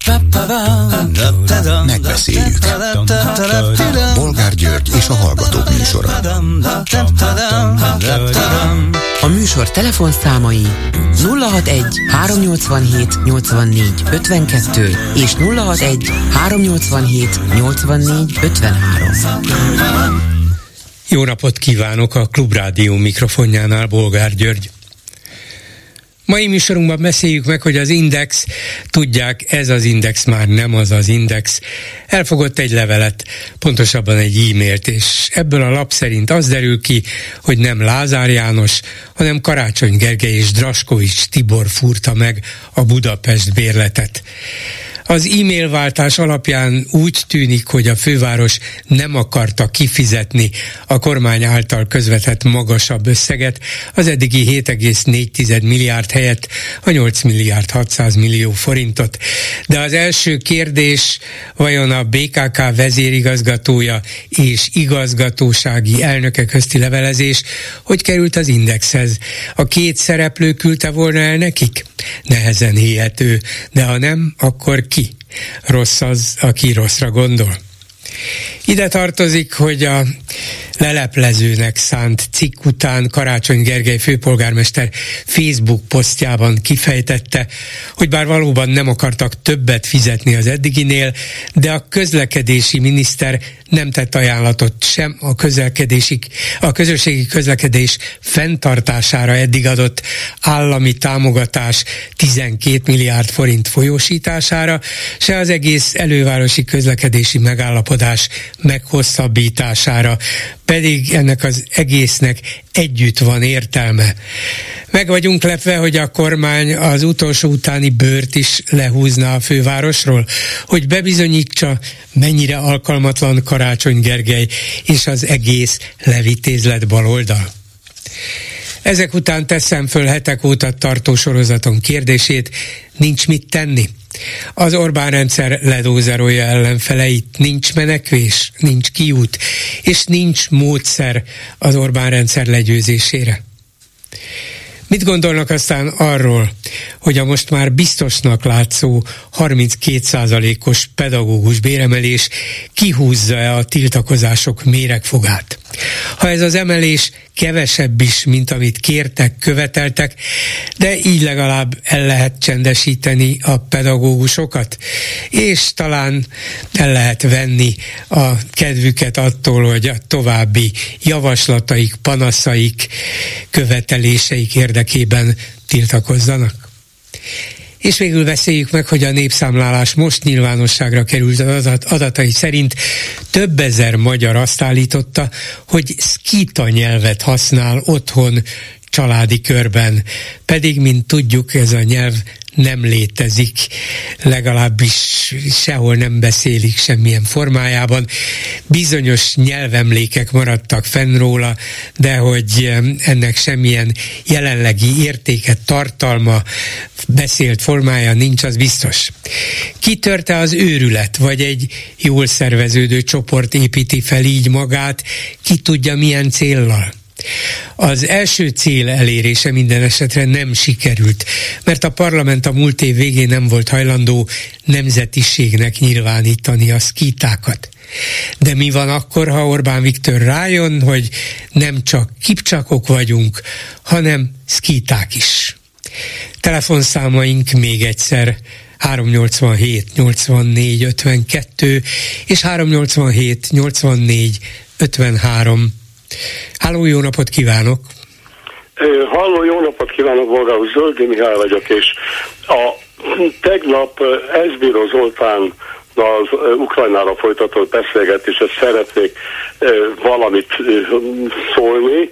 Megbeszéljük. Bolgár György és a Hallgatók műsora. A műsor telefonszámai 061 387 84 52 és 061 387 84 53. Jó napot kívánok, a Klubrádió mikrofonjánál Bolgár György. Mai műsorunkban beszéljük meg, hogy az Index, tudják, ez az Index már nem az az Index, elfogott egy levelet, pontosabban egy e-mailt, és ebből a lap szerint az derül ki, hogy nem Lázár János, hanem Karácsony Gergely és Draskovics Tibor fúrta meg a Budapest bérletet. Az e-mail váltás alapján úgy tűnik, hogy a főváros nem akarta kifizetni a kormány által közvetett magasabb összeget, az eddigi 7,4 milliárd helyett a 8 milliárd 600 millió forintot. De az első kérdés, vajon a BKK vezérigazgatója és igazgatósági elnöke közti levelezés hogy került az Indexhez? A két szereplő küldte volna el nekik? Nehezen hihető, de ha nem, akkor ki? Rossz az, aki rosszra gondol. Ide tartozik, hogy a leleplezőnek szánt cikk után Karácsony Gergely főpolgármester Facebook posztjában kifejtette, hogy bár valóban nem akartak többet fizetni az eddiginél, de a közlekedési miniszter nem tett ajánlatot sem a közösségi közlekedés fenntartására eddig adott állami támogatás 12 milliárd forint folyósítására, se az egész elővárosi közlekedési megállapodás meghosszabbítására, pedig ennek az egésznek együtt van értelme. Meg vagyunk lepve, hogy a kormány az utolsó utáni bőrt is lehúzna a fővárosról, hogy bebizonyítsa, mennyire alkalmatlan Karácsony Gergely és az egész levitézlet baloldal. Ezek után teszem föl hetek óta tartó sorozaton kérdését, nincs mit tenni. Az Orbán rendszer ledózerolja ellenfeleit, nincs menekvés, nincs kiút, és nincs módszer az Orbán rendszer legyőzésére. Mit gondolnak aztán arról, hogy a most már biztosnak látszó 32%-os pedagógus béremelés kihúzza-e a tiltakozások méregfogát? Ha ez az emelés kevesebb is, mint amit kértek, követeltek, de így legalább el lehet csendesíteni a pedagógusokat, és talán el lehet venni a kedvüket attól, hogy a további javaslataik, panaszaik, követeléseik érdekében tiltakozzanak. És végül beszéljük meg, hogy a népszámlálás most nyilvánosságra került adatai szerint több ezer magyar azt állította, hogy szkíta nyelvet használ otthon, családi körben. Pedig, mint tudjuk, ez a nyelv nem létezik, legalábbis sehol nem beszélik semmilyen formájában. Bizonyos nyelvemlékek maradtak fenn róla, de hogy ennek semmilyen jelenlegi értéke, tartalma, beszélt formája nincs, az biztos. Kitörte az őrület, vagy egy jól szerveződő csoport építi fel így magát, ki tudja milyen céllal? Az első cél elérése minden esetre nem sikerült, mert a parlament a múlt év végén nem volt hajlandó nemzetiségnek nyilvánítani a szkítákat. De mi van akkor, ha Orbán Viktor rájön, hogy nem csak kipcsakok vagyunk, hanem szkíták is? Telefonszámaink még egyszer 387 84 52 és 387 84 53. Halló, jó napot kívánok! Halló, jó napot kívánok, Bolgár úr, Zöldi Mihály vagyok, és tegnap Eszbíró Zoltán az Ukrajnára folytatott beszélgetésre szeretnék valamit szólni,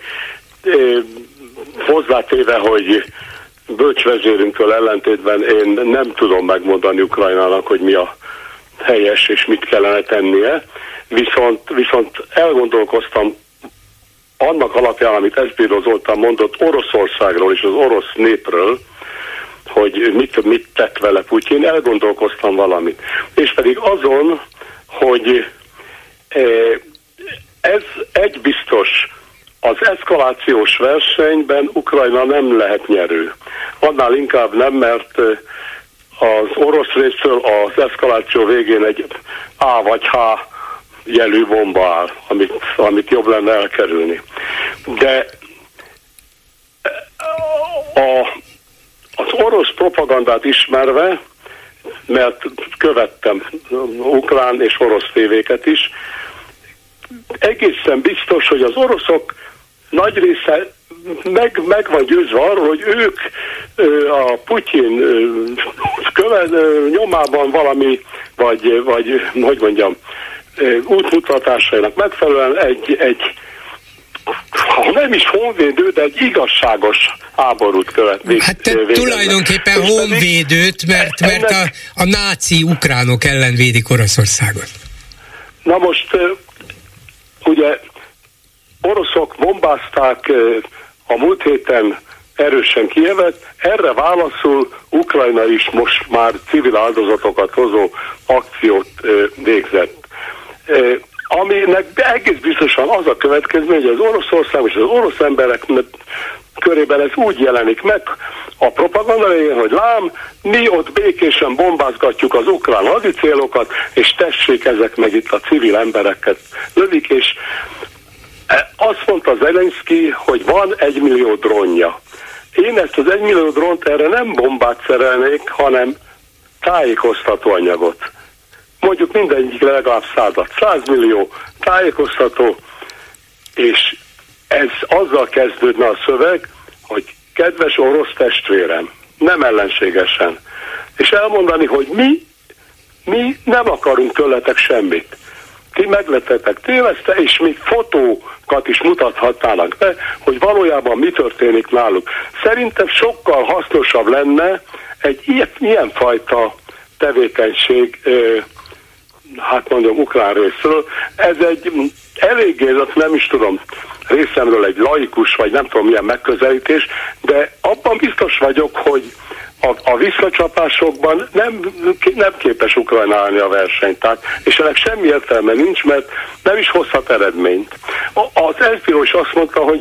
hozzátéve, hogy bölcsvezérünktől ellentétben én nem tudom megmondani Ukrajnának, hogy mi a helyes és mit kellene tennie, viszont elgondolkoztam annak alapján, amit Eszbíró Zoltán mondott Oroszországról és az orosz népről, hogy mit tett vele Putyin, elgondolkoztam valamit. És pedig azon, hogy ez egy biztos, az eszkalációs versenyben Ukrajna nem lehet nyerő. Annál inkább nem, mert az orosz részről az eszkaláció végén egy A vagy H jelű bomba áll, amit jobb lenne elkerülni. De az orosz propagandát ismerve, mert követtem ukrán és orosz tévéket is, egészen biztos, hogy az oroszok nagy része meg van győzve arról, hogy ők a Putyin nyomában valami, vagy hogy mondjam, útmutatásainak megfelelően egy ha nem is honvédő, de egy igazságos háborút követni. Hát tulajdonképpen honvédőt, mert a náci ukránok ellen védik Oroszországot. Na most ugye oroszok bombázták a múlt héten erősen Kijevet, erre válaszul Ukrajna is most már civil áldozatokat hozó akciót végzett. Aminek egész biztosan az a következmény, hogy az Oroszország és az orosz emberek körében ez úgy jelenik meg a propaganda végén, hogy lám, mi ott békésen bombázgatjuk az ukrán hadicélokat, és tessék, ezek meg itt a civil embereket lövik, és azt mondta Zelenszky, hogy van 1 millió drónja. Én ezt az 1 millió drónt erre nem bombát szerelnék, hanem tájékoztató anyagot. Mondjuk mindegyik legalább 100 millió tájékoztató, és ez azzal kezdődne a szöveg, hogy kedves orosz testvérem, nem ellenségesen, és elmondani, hogy mi nem akarunk tőletek semmit. Ti meglettetek téveszte, és még fotókat is mutathatnának be, hogy valójában mi történik náluk. Szerintem sokkal hasznosabb lenne egy ilyenfajta tevékenység, hát mondjam, ukrán részről. Ez egy eléggé, nem is tudom, részemről egy laikus, vagy nem tudom milyen megközelítés, de abban biztos vagyok, hogy a visszacsapásokban nem képes Ukrajna állni a versenyt. Tehát, és ennek semmi értelme nincs, mert nem is hozhat eredményt. Az FBO is azt mondta, hogy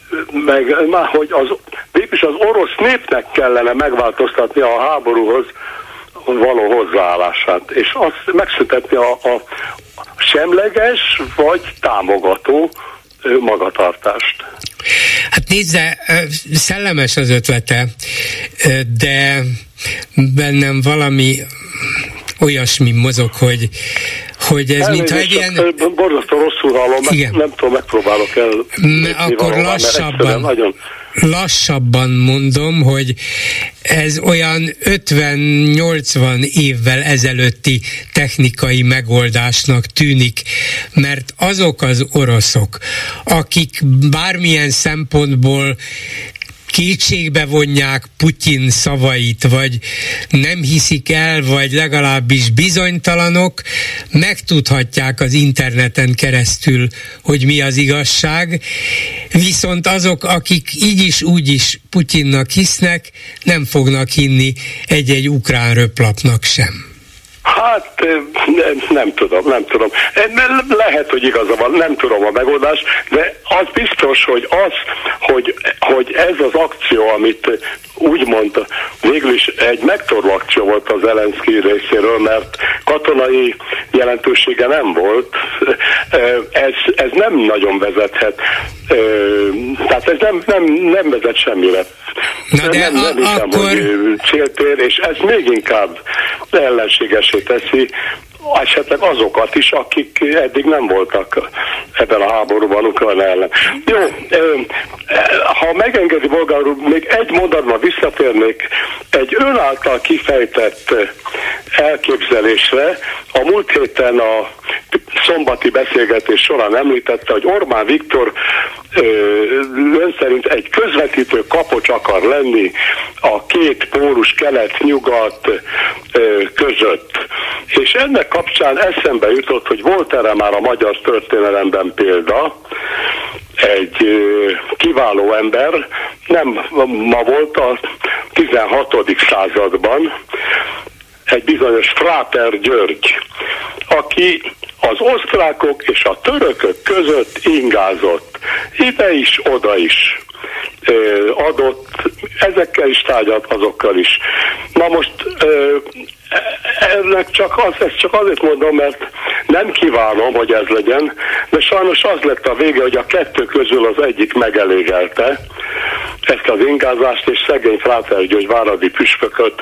hogy mégis az orosz népnek kellene megváltoztatni a háborúhoz való hozzáállását, és azt megszüntetni a semleges vagy támogató magatartást. Hát nézze, szellemes az ötlete, de bennem valami olyasmi mozog, hogy ez mintha egy ilyen... Borzasztó rosszul hallom, nem tudom, megpróbálok el... Akkor lassabban mondom, hogy ez olyan 50-80 évvel ezelőtti technikai megoldásnak tűnik, mert azok az oroszok, akik bármilyen szempontból kétségbe vonják Putyin szavait, vagy nem hiszik el, vagy legalábbis bizonytalanok, megtudhatják az interneten keresztül, hogy mi az igazság, viszont azok, akik így is úgy is Putyinnak hisznek, nem fognak hinni egy-egy ukrán röplapnak sem. Hát nem tudom. Lehet, hogy igaza van, nem tudom a megoldást, de az biztos, hogy ez az akció, amit úgymond végül is egy megtorló akció volt az Zelenszky részéről, mert katonai jelentősége nem volt, ez nem nagyon vezethet, tehát ez nem vezet semmire. Na de nem hiszem, akkor... hogy céltér, és ez még inkább ellenségesé teszi esetleg azokat is, akik eddig nem voltak ebben a háborúban Ukrajna ellen. Jó, ha megengedi Bolgár úr, még egy mondatban visszatérnék egy ön által kifejtett elképzelésre. A múlt héten a szombati beszélgetés során említette, hogy Orbán Viktor ön szerint egy közvetítő kapocs akar lenni a két pólus kelet-nyugat között. És ennek kapcsán eszembe jutott, hogy volt erre már a magyar történelemben példa, egy kiváló ember, nem ma volt, a 16. században, egy bizonyos Fráter György, aki az osztrákok és a törökök között ingázott, ide is, oda is adott, ezekkel is tárgyalt, azokkal is. Na most ezt csak azért mondom, mert nem kívánom, hogy ez legyen, de sajnos az lett a vége, hogy a kettő közül az egyik megelégelte ezt az ingázást, és szegény Fráter György váradi püspököt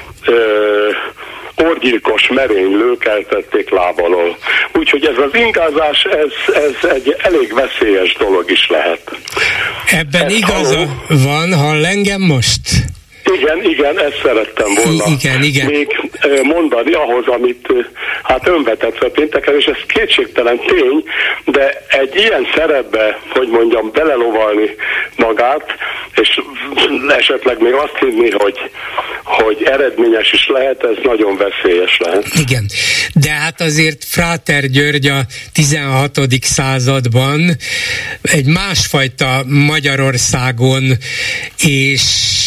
orgyilkos merénylők eltették láb alól. Úgyhogy ez az ingázás, ez egy elég veszélyes dolog is lehet. Ebben igaza van, hall engem most? Igen, ezt szerettem volna még mondani ahhoz, amit önvetett pénteken, és ez kétségtelen tény, de egy ilyen szerepbe, hogy mondjam, belelovalni magát, és esetleg még azt hinni, hogy eredményes is lehet, ez nagyon veszélyes lehet. Igen, de hát azért Fráter György a 16. században egy másfajta Magyarországon és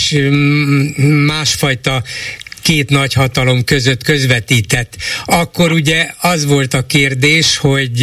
másfajta két nagyhatalom között közvetített. Akkor ugye az volt a kérdés,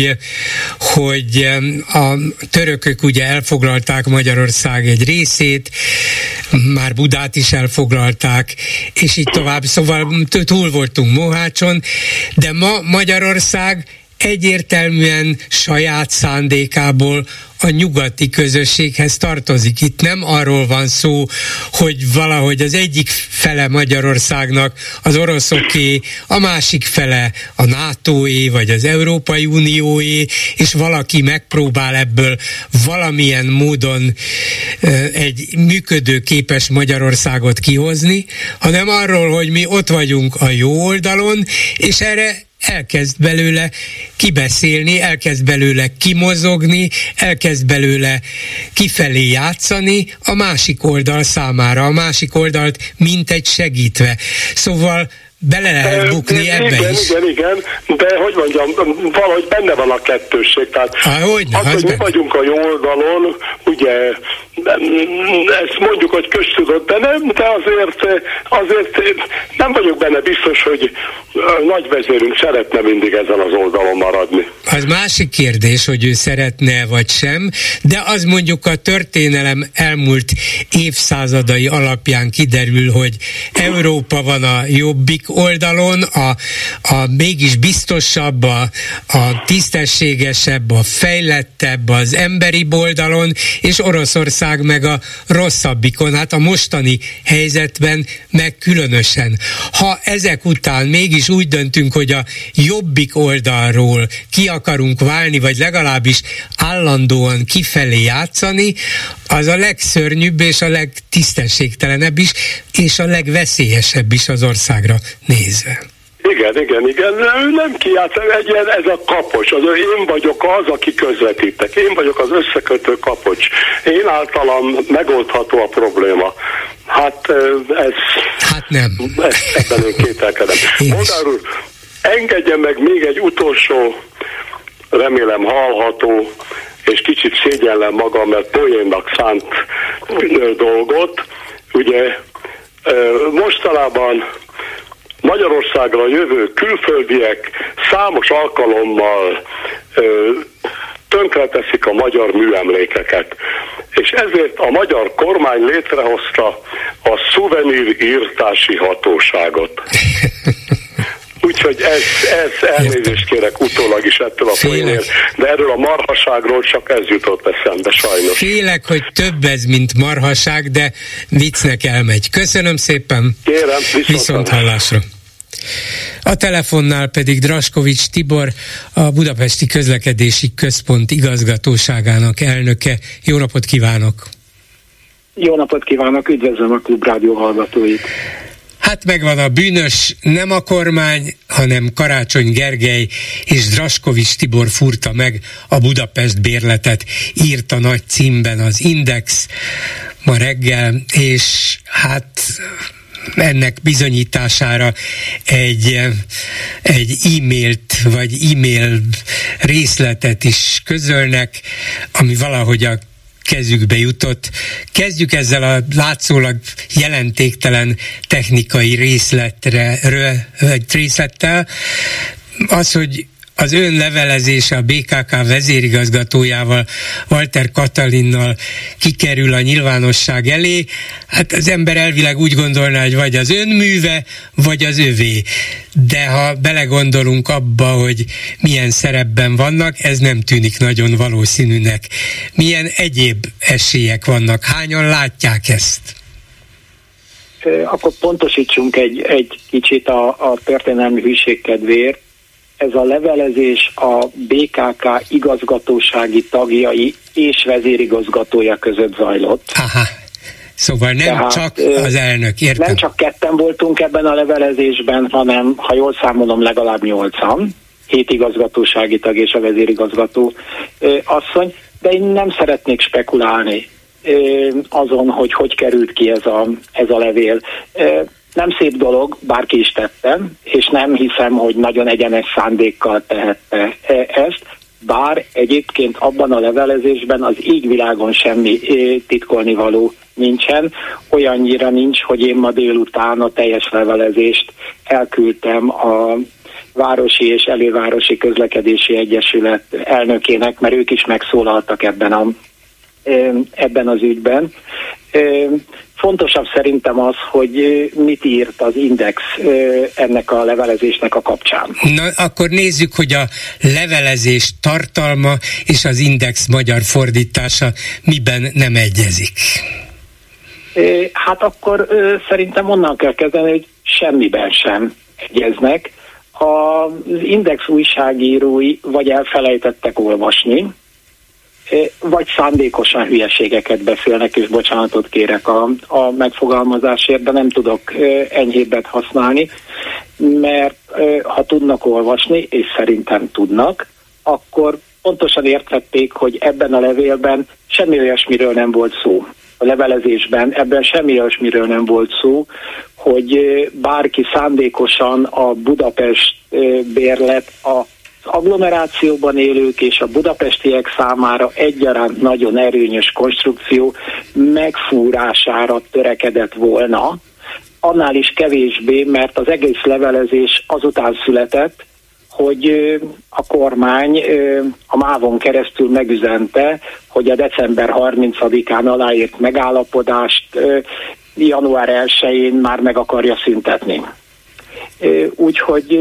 hogy a törökök ugye elfoglalták Magyarország egy részét, már Budát is elfoglalták, és így tovább, szóval túl voltunk Mohácson, de ma Magyarország egyértelműen saját szándékából a nyugati közösséghez tartozik. Itt nem arról van szó, hogy valahogy az egyik fele Magyarországnak az oroszoké, a másik fele a NATO-é, vagy az Európai Unióé, és valaki megpróbál ebből valamilyen módon egy működőképes Magyarországot kihozni, hanem arról, hogy mi ott vagyunk a jó oldalon, és erre elkezd belőle kibeszélni, elkezd belőle kimozogni, elkezd belőle kifelé játszani a másik oldal számára, a másik oldalt mintegy segítve. Szóval bele lehet bukni ebbe is. Igen, de hogy mondjam, valahogy benne van a kettősség. Tehát hogy mi vagyunk a jó oldalon, ugye ezt mondjuk, hogy köztudott, de nem, de azért nem vagyok benne biztos, hogy a nagyvezérünk szeretne mindig ezen az oldalon maradni. Az másik kérdés, hogy ő szeretne vagy sem, de az mondjuk a történelem elmúlt évszázadai alapján kiderül, hogy Európa van a jobbik oldalon, a mégis biztosabb, a tisztességesebb, a fejlettebb, az emberi oldalon, és Oroszország meg a rosszabbikon, hát a mostani helyzetben meg különösen. Ha ezek után mégis úgy döntünk, hogy a jobbik oldalról ki akarunk válni, vagy legalábbis állandóan kifelé játszani, az a legszörnyűbb és a legtisztességtelenebb is, és a legveszélyesebb is az országra nézve. Igen. Nem kijátszik, ez a kapocs. Én vagyok az, aki közvetítek. Én vagyok az összekötő kapocs. Én általam megoldható a probléma. Hát nem. Ebben én kételkedem. Bolgár úr, engedjen meg még egy utolsó, remélem hallható, és kicsit szégyellem magam, mert poénnak szánt dolgot. Ugye mostanában Magyarországra jövő külföldiek számos alkalommal tönkreteszik a magyar műemlékeket. És ezért a magyar kormány létrehozta a szuvenírírtási hatóságot. Úgyhogy ez elnézést kérek utólag is ettől a poénért, de erről a marhaságról csak ez jutott eszembe sajnos. Félek, hogy több ez, mint marhaság, de viccnek elmegy. Köszönöm szépen. Kérem, viszont hallásra. A telefonnál pedig Draskovics Tibor, a Budapesti Közlekedési Központ igazgatóságának elnöke. Jó napot kívánok! Jó napot kívánok, üdvözlöm a Klubrádió hallgatóit! Hát megvan a bűnös, nem a kormány, hanem Karácsony Gergely és Draskovics Tibor fúrta meg a Budapest bérletet, írta nagy címben az Index ma reggel, és hát ennek bizonyítására egy e-mailt vagy e-mail részletet is közölnek, ami valahogy a kezükbe jutott. Kezdjük ezzel a látszólag jelentéktelen technikai részlettel. Az, hogy az ön levelezése a BKK vezérigazgatójával, Walter Katalinnal kikerül a nyilvánosság elé, hát az ember elvileg úgy gondolná, hogy vagy az ön műve, vagy az övé. De ha belegondolunk abba, hogy milyen szerepben vannak, ez nem tűnik nagyon valószínűnek. Milyen egyéb esélyek vannak? Hányan látják ezt? Akkor pontosítsunk egy kicsit a történelmi hűség kedvéért. Ez a levelezés a BKK igazgatósági tagjai és vezérigazgatója között zajlott. Aha. Szóval nem tehát, csak az elnök, értem. Nem csak ketten voltunk ebben a levelezésben, hanem, ha jól számolom, legalább 8-an. 7 igazgatósági tag és a vezérigazgató asszony, de én nem szeretnék spekulálni azon, hogy került ki ez a levél. Nem szép dolog, bárki is tettem, és nem hiszem, hogy nagyon egyenes szándékkal tehette ezt, bár egyébként abban a levelezésben az égvilágon semmi titkolnivaló nincsen, olyannyira nincs, hogy én ma délután a teljes levelezést elküldtem a Városi és Elővárosi Közlekedési Egyesület elnökének, mert ők is megszólaltak ebben az ügyben. Fontosabb szerintem az, hogy mit írt az Index ennek a levelezésnek a kapcsán. Na, akkor nézzük, hogy a levelezés tartalma és az Index magyar fordítása miben nem egyezik. Hát akkor szerintem onnan kell kezdeni, hogy semmiben sem egyeznek. Az Index újságírói vagy elfelejtettek olvasni, vagy szándékosan hülyeségeket beszélnek, és bocsánatot kérek a megfogalmazásért, de nem tudok enyhébbet használni, mert ha tudnak olvasni, és szerintem tudnak, akkor pontosan értették, hogy ebben a levélben semmi olyasmiről nem volt szó. A levelezésben ebben semmi olyasmiről nem volt szó, hogy bárki szándékosan a Budapest bérlet az agglomerációban élők és a budapestiek számára egyaránt nagyon erőnyös konstrukció megfúrására törekedett volna, annál is kevésbé, mert az egész levelezés azután született, hogy a kormány a MÁV-on keresztül megüzente, hogy a december 30-án aláírt megállapodást január 1-én már meg akarja szüntetni. Úgyhogy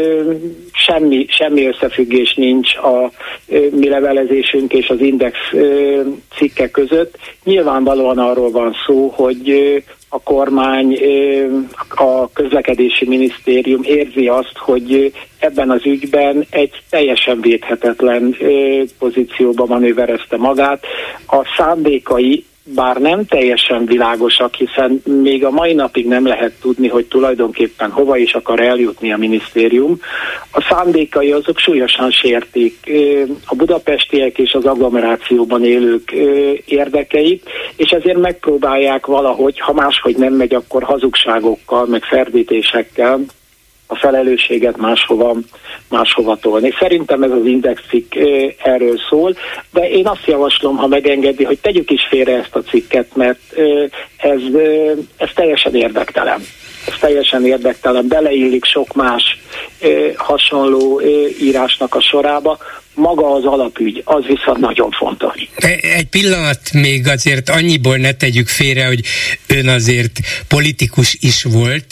semmi összefüggés nincs a mi levelezésünk és az Index cikke között. Nyilvánvalóan arról van szó, hogy a kormány, a közlekedési minisztérium érzi azt, hogy ebben az ügyben egy teljesen védhetetlen pozícióba manőverezte magát. A szándékai bár nem teljesen világosak, hiszen még a mai napig nem lehet tudni, hogy tulajdonképpen hova is akar eljutni a minisztérium. A szándékai azok súlyosan sértik a budapestiek és az agglomerációban élők érdekeit, és ezért megpróbálják valahogy, ha máshogy nem megy, akkor hazugságokkal, meg ferdítésekkel a felelősséget máshova tolni. Szerintem ez az Index cikk erről szól, de én azt javaslom, ha megengedi, hogy tegyük is félre ezt a cikket, mert ez teljesen érdektelen. Ez teljesen érdektelen, beleillik sok más hasonló írásnak a sorába. Maga az alapügy, az viszont nagyon fontos. Egy pillanat még azért annyiból ne tegyük félre, hogy ön azért politikus is volt,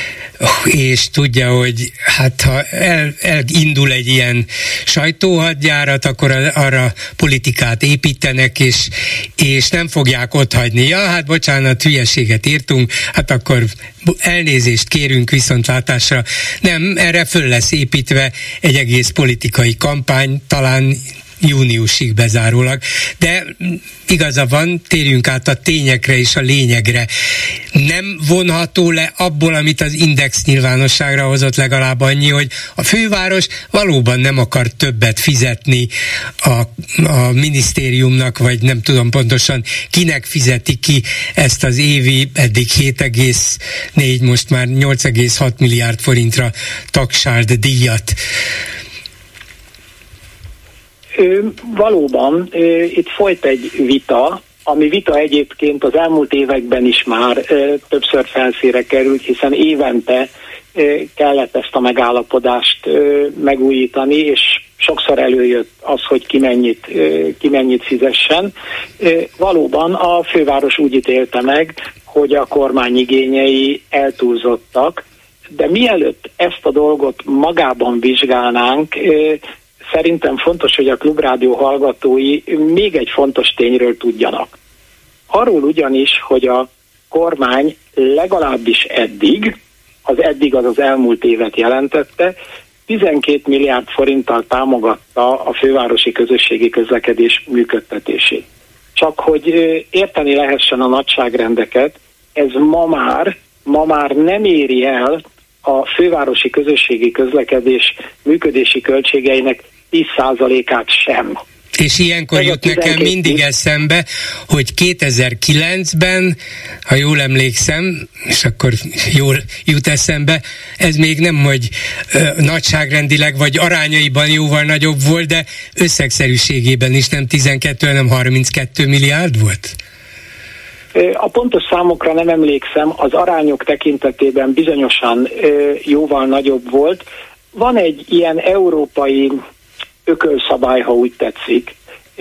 és tudja, hogy hát ha elindul egy ilyen sajtóhadjárat, akkor arra politikát építenek, és nem fogják otthagyni. Ja, hát bocsánat, hülyeséget írtunk, hát akkor elnézést kérünk viszontlátásra. Nem, erre föl lesz építve egy egész politikai kampány, talán júniusig bezárólag, de igaza van, térjünk át a tényekre és a lényegre. Nem vonható le abból, amit az Index nyilvánosságra hozott, legalább annyi, hogy a főváros valóban nem akar többet fizetni a minisztériumnak, vagy nem tudom pontosan kinek fizeti ki ezt az évi, eddig 7,4, most már 8,6 milliárd forintra tagsáld díjat. Valóban, itt folyt egy vita, ami vita egyébként az elmúlt években is már többször felszínre került, hiszen évente kellett ezt a megállapodást megújítani, és sokszor előjött az, hogy ki mennyit fizessen. Valóban a főváros úgy ítélte meg, hogy a kormány igényei eltúlzottak, de mielőtt ezt a dolgot magában vizsgálnánk, szerintem fontos, hogy a Klubrádió hallgatói még egy fontos tényről tudjanak. Arról ugyanis, hogy a kormány legalábbis eddig az elmúlt évet jelentette, 12 milliárd forinttal támogatta a fővárosi közösségi közlekedés működtetését. Csak hogy érteni lehessen a nagyságrendeket, ez ma már nem éri el a fővárosi közösségi közlekedés működési költségeinek 10%-át sem. És ilyenkor jut nekem mindig eszembe, hogy 2009-ben, ha jól emlékszem, és akkor jól jut eszembe, ez még nem, hogy nagyságrendileg vagy arányaiban jóval nagyobb volt, de összegszerűségében is nem 12, hanem 32 milliárd volt? A pontos számokra nem emlékszem, az arányok tekintetében bizonyosan jóval nagyobb volt. Van egy ilyen európai ökölszabály, ha úgy tetszik.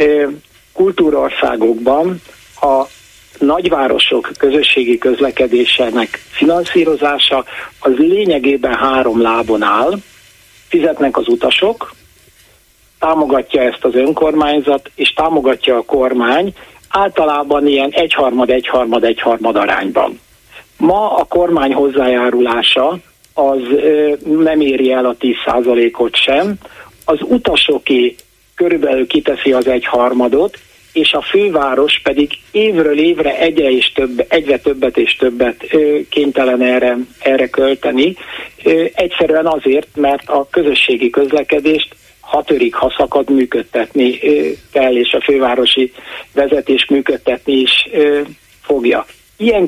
Kultúrországokban a nagyvárosok közösségi közlekedésének finanszírozása az lényegében 3 lábon áll. Fizetnek az utasok, támogatja ezt az önkormányzat, és támogatja a kormány, általában ilyen 1/3 arányban. Ma a kormány hozzájárulása az nem éri el a 10%-ot sem, az utasoké körülbelül kiteszi az 1/3, és a főváros pedig évről évre egyre többet és többet kénytelen erre költeni. Egyszerűen azért, mert a közösségi közlekedést ha törik, ha szakad, működtetni kell, és a fővárosi vezetés működtetni is fogja. Ilyen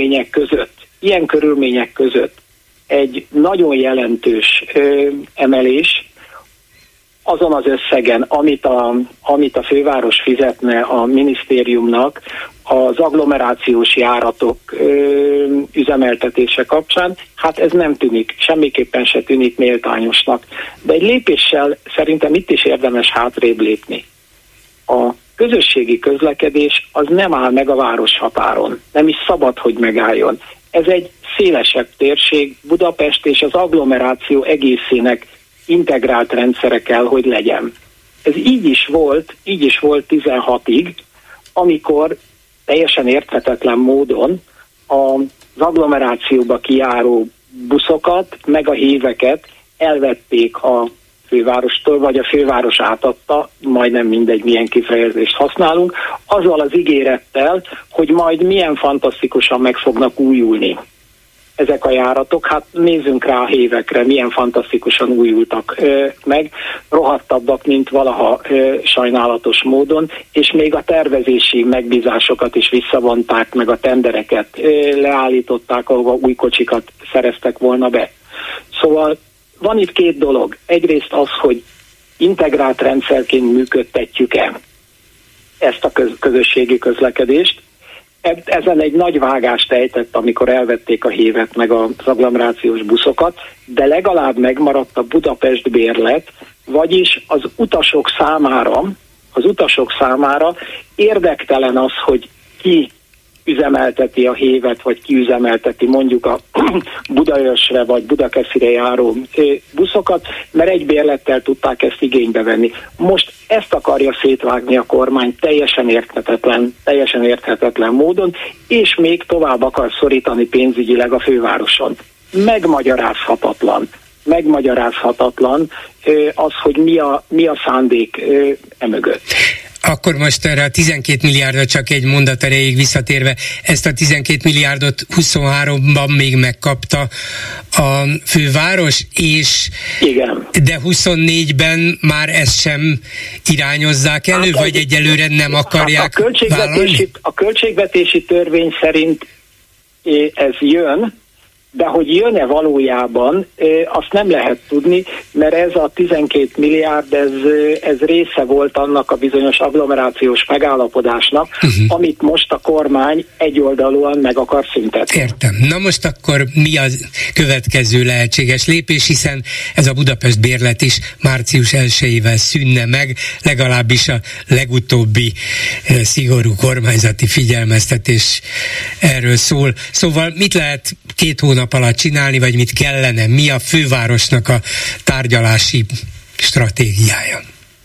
körülmények között egy nagyon jelentős emelés azon az összegen, amit a főváros fizetne a minisztériumnak az agglomerációs járatok üzemeltetése kapcsán, hát ez nem tűnik, semmiképpen se tűnik méltányosnak. De egy lépéssel szerintem itt is érdemes hátrébb lépni. A közösségi közlekedés az nem áll meg a városhatáron, nem is szabad, hogy megálljon. Ez egy szélesebb térség, Budapest és az agglomeráció egészének integrált rendszere kell, hogy legyen. Ez így is volt 16-ig, amikor teljesen érthetetlen módon az agglomerációba kijáró buszokat, meg a híveket elvették a fővárostól, vagy a főváros átadta, majdnem mindegy, milyen kifejezést használunk, azzal az ígérettel, hogy majd milyen fantasztikusan meg fognak újulni ezek a járatok. Hát nézzünk rá a hívekre, milyen fantasztikusan újultak meg, rohadtabbak, mint valaha sajnálatos módon, és még a tervezési megbízásokat is visszavonták, meg a tendereket leállították, ahova új kocsikat szereztek volna be. Szóval van itt 2 dolog. Egyrészt az, hogy integrált rendszerként működtetjük-e ezt a közösségi közlekedést. Ezen egy nagy vágást ejtett, amikor elvették a hévet meg az agglomerációs buszokat, de legalább megmaradt a Budapest bérlet, vagyis az utasok számára érdektelen az, hogy ki üzemelteti a hévet, vagy ki üzemelteti mondjuk a Budaörsre vagy Budakeszire járó buszokat, mert egy bérlettel tudták ezt igénybe venni. Most ezt akarja szétvágni a kormány teljesen érthetetlen módon, és még tovább akar szorítani pénzügyileg a fővároson. Megmagyarázhatatlan az, hogy mi a szándék emögött. Akkor most erre a 12 milliárdra csak egy mondat erejéig visszatérve, ezt a 12 milliárdot 23-ban még megkapta a főváros, és igen. De 24-ben már ezt sem irányozzák elő, hát vagy egyelőre nem akarják vállalni? A költségvetési törvény szerint ez jön, de hogy jön-e valójában, azt nem lehet tudni. mert ez a 12 milliárd, ez része volt annak a bizonyos agglomerációs megállapodásnak, amit most a kormány egyoldalúan meg akar szüntetni. Értem. Na most akkor mi a következő lehetséges lépés, hiszen ez a Budapest bérlet is március 1-ével szűnne meg, legalábbis a legutóbbi szigorú kormányzati figyelmeztetés erről szól. Szóval mit lehet 2 hónap alatt csinálni, vagy mit kellene? Mi a fővárosnak a tárgyalási stratégiája?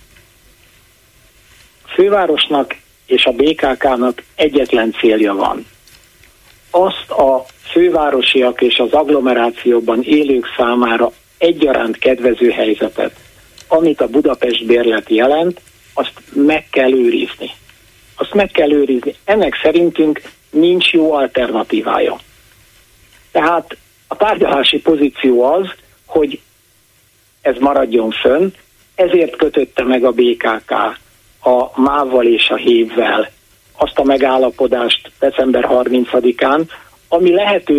A fővárosnak és a BKK-nak egyetlen célja van. Azt a fővárosiak és az agglomerációban élők számára egyaránt kedvező helyzetet, amit a Budapest bérlet jelent, azt meg kell őrizni. Azt meg kell őrizni. Ennek szerintünk nincs jó alternatívája. Tehát a tárgyalási pozíció az, hogy ez maradjon fönn, ezért kötötte meg a BKK a MÁV-val és a HÉV-vel azt a megállapodást december 30-án, ami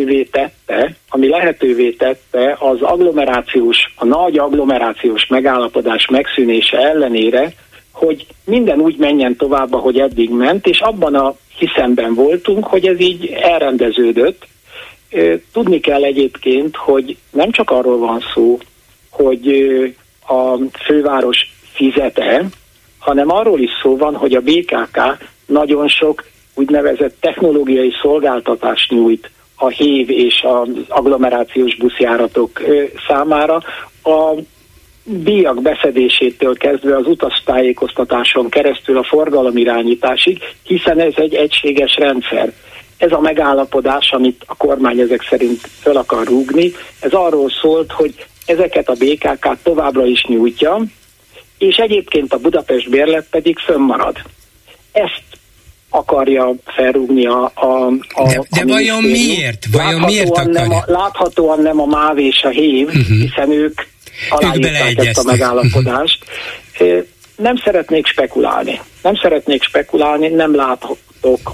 lehetővé tette az a nagy agglomerációs megállapodás megszűnése ellenére, hogy minden úgy menjen tovább, ahogy eddig ment, és abban a hiszemben voltunk, hogy ez így elrendeződött. Tudni kell egyébként, hogy nem csak arról van szó, hogy a főváros fizet-e, hanem arról is szó van, hogy a BKK nagyon sok úgynevezett technológiai szolgáltatást nyújt a HÉV és az agglomerációs buszjáratok számára. A díjak beszedésétől kezdve az utastájékoztatáson keresztül a forgalomirányításig, hiszen ez egy egységes rendszer. Ez a megállapodás, amit a kormány ezek szerint föl akar rúgni, ez arról szólt, hogy ezeket a BKK továbbra is nyújtja, és egyébként a Budapest bérlet pedig fönnmarad. Ezt akarja felrúgni De vajon miért? Láthatóan nem a MÁV és a HÉV, hiszen ők aláírták ezt a megállapodást. Nem szeretnék spekulálni, nem láthatok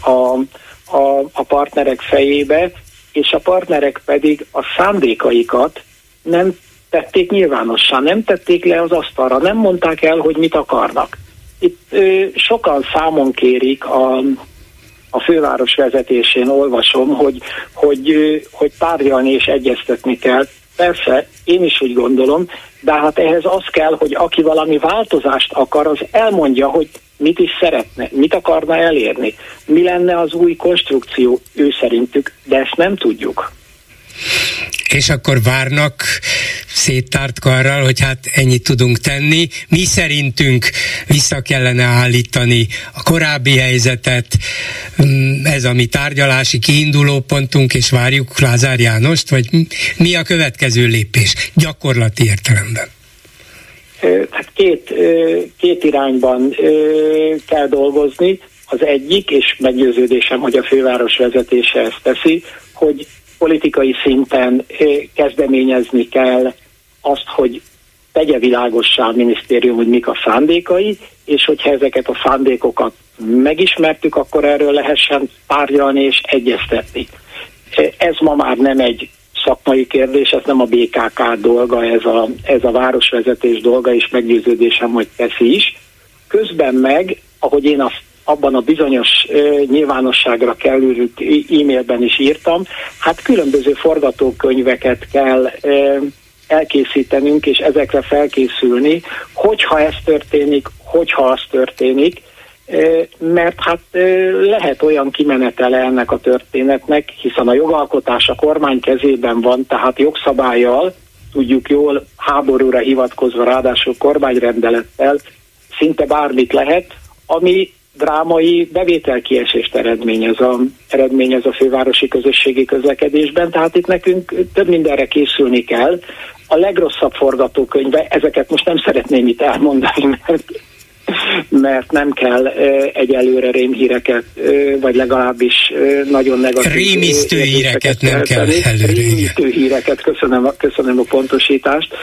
a partnerek fejébe, és a partnerek pedig a szándékaikat nem tették nyilvánossá, nem tették le az asztalra, nem mondták el, hogy mit akarnak. Itt sokan számon kérik a főváros vezetésén, olvasom, hogy tárgyalni és egyeztetni kell. Persze, én is úgy gondolom, de hát ehhez az kell, hogy aki valami változást akar, az elmondja, hogy mit is szeretne, mit akarna elérni, mi lenne az új konstrukció ő szerintük, de ezt nem tudjuk. És akkor várnak széttárt karral, hogy hát ennyit tudunk tenni. Mi szerintünk vissza kellene állítani a korábbi helyzetet, ez a mi tárgyalási kiinduló pontunk, és várjuk Lázár Jánost, vagy mi a következő lépés gyakorlati értelemben? Hát két irányban kell dolgozni. Az egyik, és meggyőződésem, hogy a főváros vezetése ezt teszi, hogy politikai szinten kezdeményezni kell azt, hogy tegye világossá a minisztérium, hogy mik a szándékai, és hogyha ezeket a szándékokat megismertük, akkor erről lehessen tárgyalni és egyeztetni. Ez ma már nem egy szakmai kérdés, ez nem a BKK dolga, ez a városvezetés dolga, és meggyőződésem, hogy teszi is. Közben meg, ahogy én abban a bizonyos nyilvánosságra kerülő e-mailben is írtam, hát különböző forgatókönyveket kell elkészítenünk, és ezekre felkészülni, hogyha ez történik, hogyha az történik, mert hát lehet olyan kimenetele ennek a történetnek, hiszen a jogalkotás a kormány kezében van, tehát jogszabállyal, tudjuk jól, háborúra hivatkozva, ráadásul kormányrendelettel szinte bármit lehet, ami drámai bevételkiesést eredményez a fővárosi közösségi közlekedésben, tehát itt nekünk több mindenre készülni kell. A legrosszabb forgatókönyve, ezeket most nem szeretném itt elmondani, mert nem kell egyelőre rémhíreket, vagy legalábbis nagyon negatív rémisztő híreket nem kell előre. Rémisztő híreket, köszönöm a pontosítást.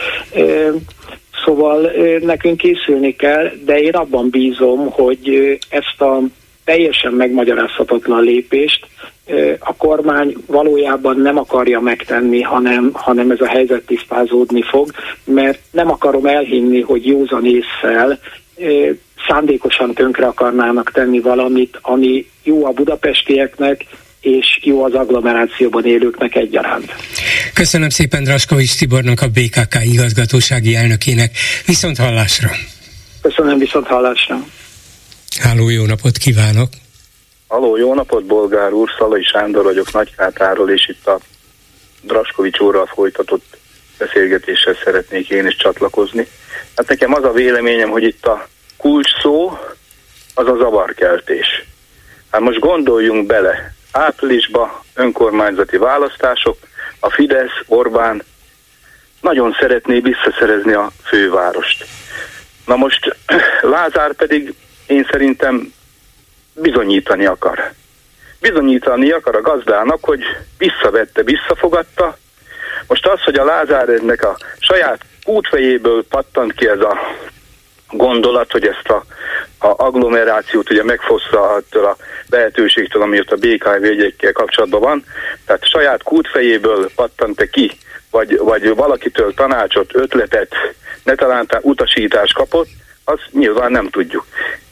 Szóval nekünk készülni kell, de én abban bízom, hogy ezt a teljesen megmagyarázhatatlan lépést a kormány valójában nem akarja megtenni, hanem ez a helyzet tisztázódni fog, mert nem akarom elhinni, hogy józan ésszel szándékosan tönkre akarnának tenni valamit, ami jó a budapestieknek, és jó az agglomerációban élőknek egyaránt. Köszönöm szépen Draskovics Tibornak, a BKK igazgatósági elnökének. Viszont hallásra! Köszönöm, viszont hallásra! Háló, jó napot kívánok! Halló, jó napot, Bolgár úr, Szalai Sándor vagyok Nagykátáról, és itt a Draskovics úrral folytatott beszélgetéshez szeretnék én is csatlakozni. Hát nekem az a véleményem, hogy itt a kulcs szó az a zavarkeltés. Hát most gondoljunk bele, áprilisban önkormányzati választások, a Fidesz, Orbán nagyon szeretné visszaszerezni a fővárost. Na most Lázár pedig én szerintem bizonyítani akar. Bizonyítani akar a gazdának, hogy visszavette, visszafogadta. Most az, hogy a Lázár ennek a saját kútfejéből pattant ki ez a gondolat, hogy ezt a agglomerációt ugye megfossza attól a lehetőségtől, ami ott a BKV ügyekkel kapcsolatban van. Tehát saját kútfejéből pattant ki, vagy valakitől tanácsot, ötletet, ne talán utasítást kapott, azt nyilván nem tudjuk.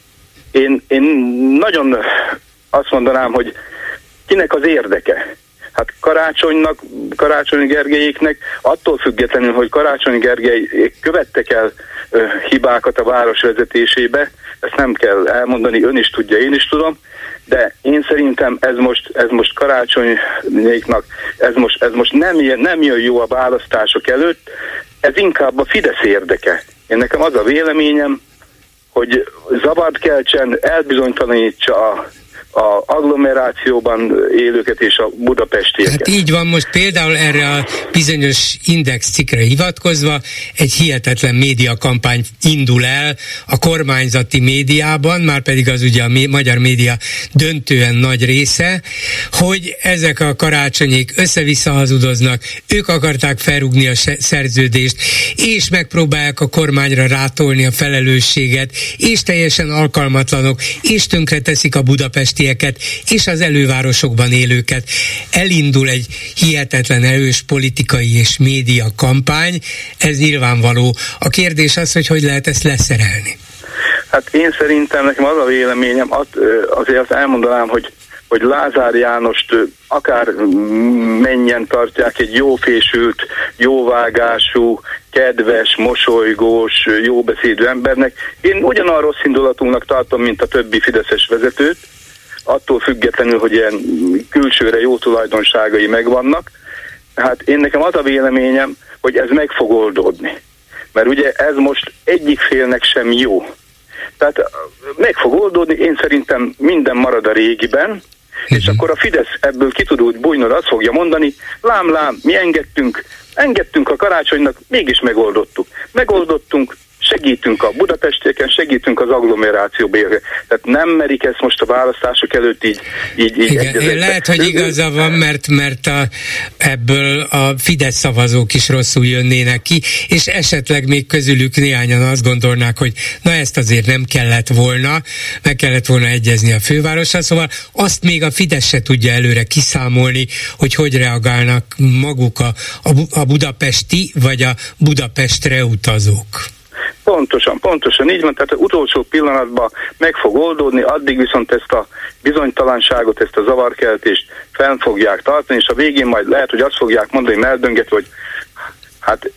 Én nagyon azt mondanám, hogy kinek az érdeke? Hát Karácsony Gergelyéknek attól függetlenül, hogy Karácsony Gergely követtek el hibákat a város vezetésébe, ezt nem kell elmondani, ön is tudja, én is tudom, de én szerintem ez most Karácsonyéknak, ez most nem jön jó a választások előtt, ez inkább a Fidesz érdeke. Én nekem az a véleményem, hogy zavart keltsen, elbizonytalanítsa a agglomerációban élőket és a budapestieket. Hát így van, most például erre a bizonyos Index cikkre hivatkozva egy hihetetlen médiakampány indul el a kormányzati médiában, már pedig az ugye a magyar média döntően nagy része, hogy ezek a Karácsonyék össze-vissza hazudoznak, ők akarták felrúgni a szerződést, és megpróbálják a kormányra rátolni a felelősséget, és teljesen alkalmatlanok, és tönkreteszik a budapestieket, és az elővárosokban élőket. Elindul egy hihetetlen erős politikai és média kampány, ez nyilvánvaló. A kérdés az, hogy lehet ezt leszerelni. Hát én szerintem nekem az a véleményem, azért elmondanám, hogy Lázár Jánost akár mennyien tartják egy jófésült, jóvágású, kedves, mosolygós, jóbeszédű embernek. Én ugyanarra rossz indulatunknak tartom, mint a többi fideszes vezetőt, attól függetlenül, hogy ilyen külsőre jó tulajdonságai megvannak. Hát én nekem az a véleményem, hogy ez meg fog oldódni. Mert ugye ez most egyik félnek sem jó. Tehát meg fog oldódni, én szerintem minden marad a régiben, és akkor a Fidesz ebből ki tud úgy bújni, azt fogja mondani, lám, mi engedtünk a Karácsonynak, mégis megoldottunk, segítünk a budapestieken, segítünk az agglomerációba. Tehát nem merik ezt most a választások előtt így igen, lehet, hogy igaza van, mert ebből a Fidesz szavazók is rosszul jönnének ki, és esetleg még közülük néhányan azt gondolnák, hogy na ezt azért nem kellett volna, meg kellett volna egyezni a fővárossal, szóval azt még a Fidesz se tudja előre kiszámolni, hogy reagálnak maguk a budapesti vagy a Budapestre utazók. Pontosan így van, tehát az utolsó pillanatban meg fog oldódni, addig viszont ezt a bizonytalanságot, ezt a zavarkeltést fenn fogják tartani, és a végén majd lehet, hogy azt fogják mondani meldöngetve, hogy hát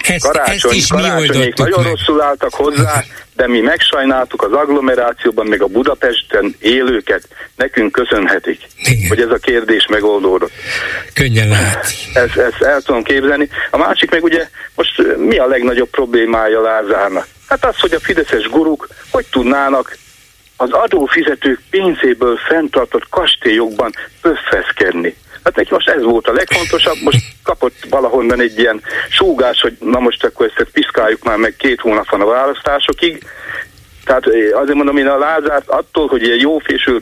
Karácsonyék nagyon rosszul álltak hozzá, de mi megsajnáltuk az agglomerációban, meg a Budapesten élőket, nekünk köszönhetik, igen, hogy ez a kérdés megoldódott. Könnyen lehet. Ezt el tudom képzelni. A másik meg ugye, most mi a legnagyobb problémája Lázárnak? Hát az, hogy a fideszes guruk hogy tudnának az adófizetők pénzéből fenntartott kastélyokban pöffeszkedni. Hát neki most ez volt a legfontosabb, most kapott valahonnan egy ilyen súgás, hogy na most akkor ezt piszkáljuk már meg 2 hónap van a választásokig. Tehát azért mondom, én a Lázárt attól, hogy ilyen jófésült,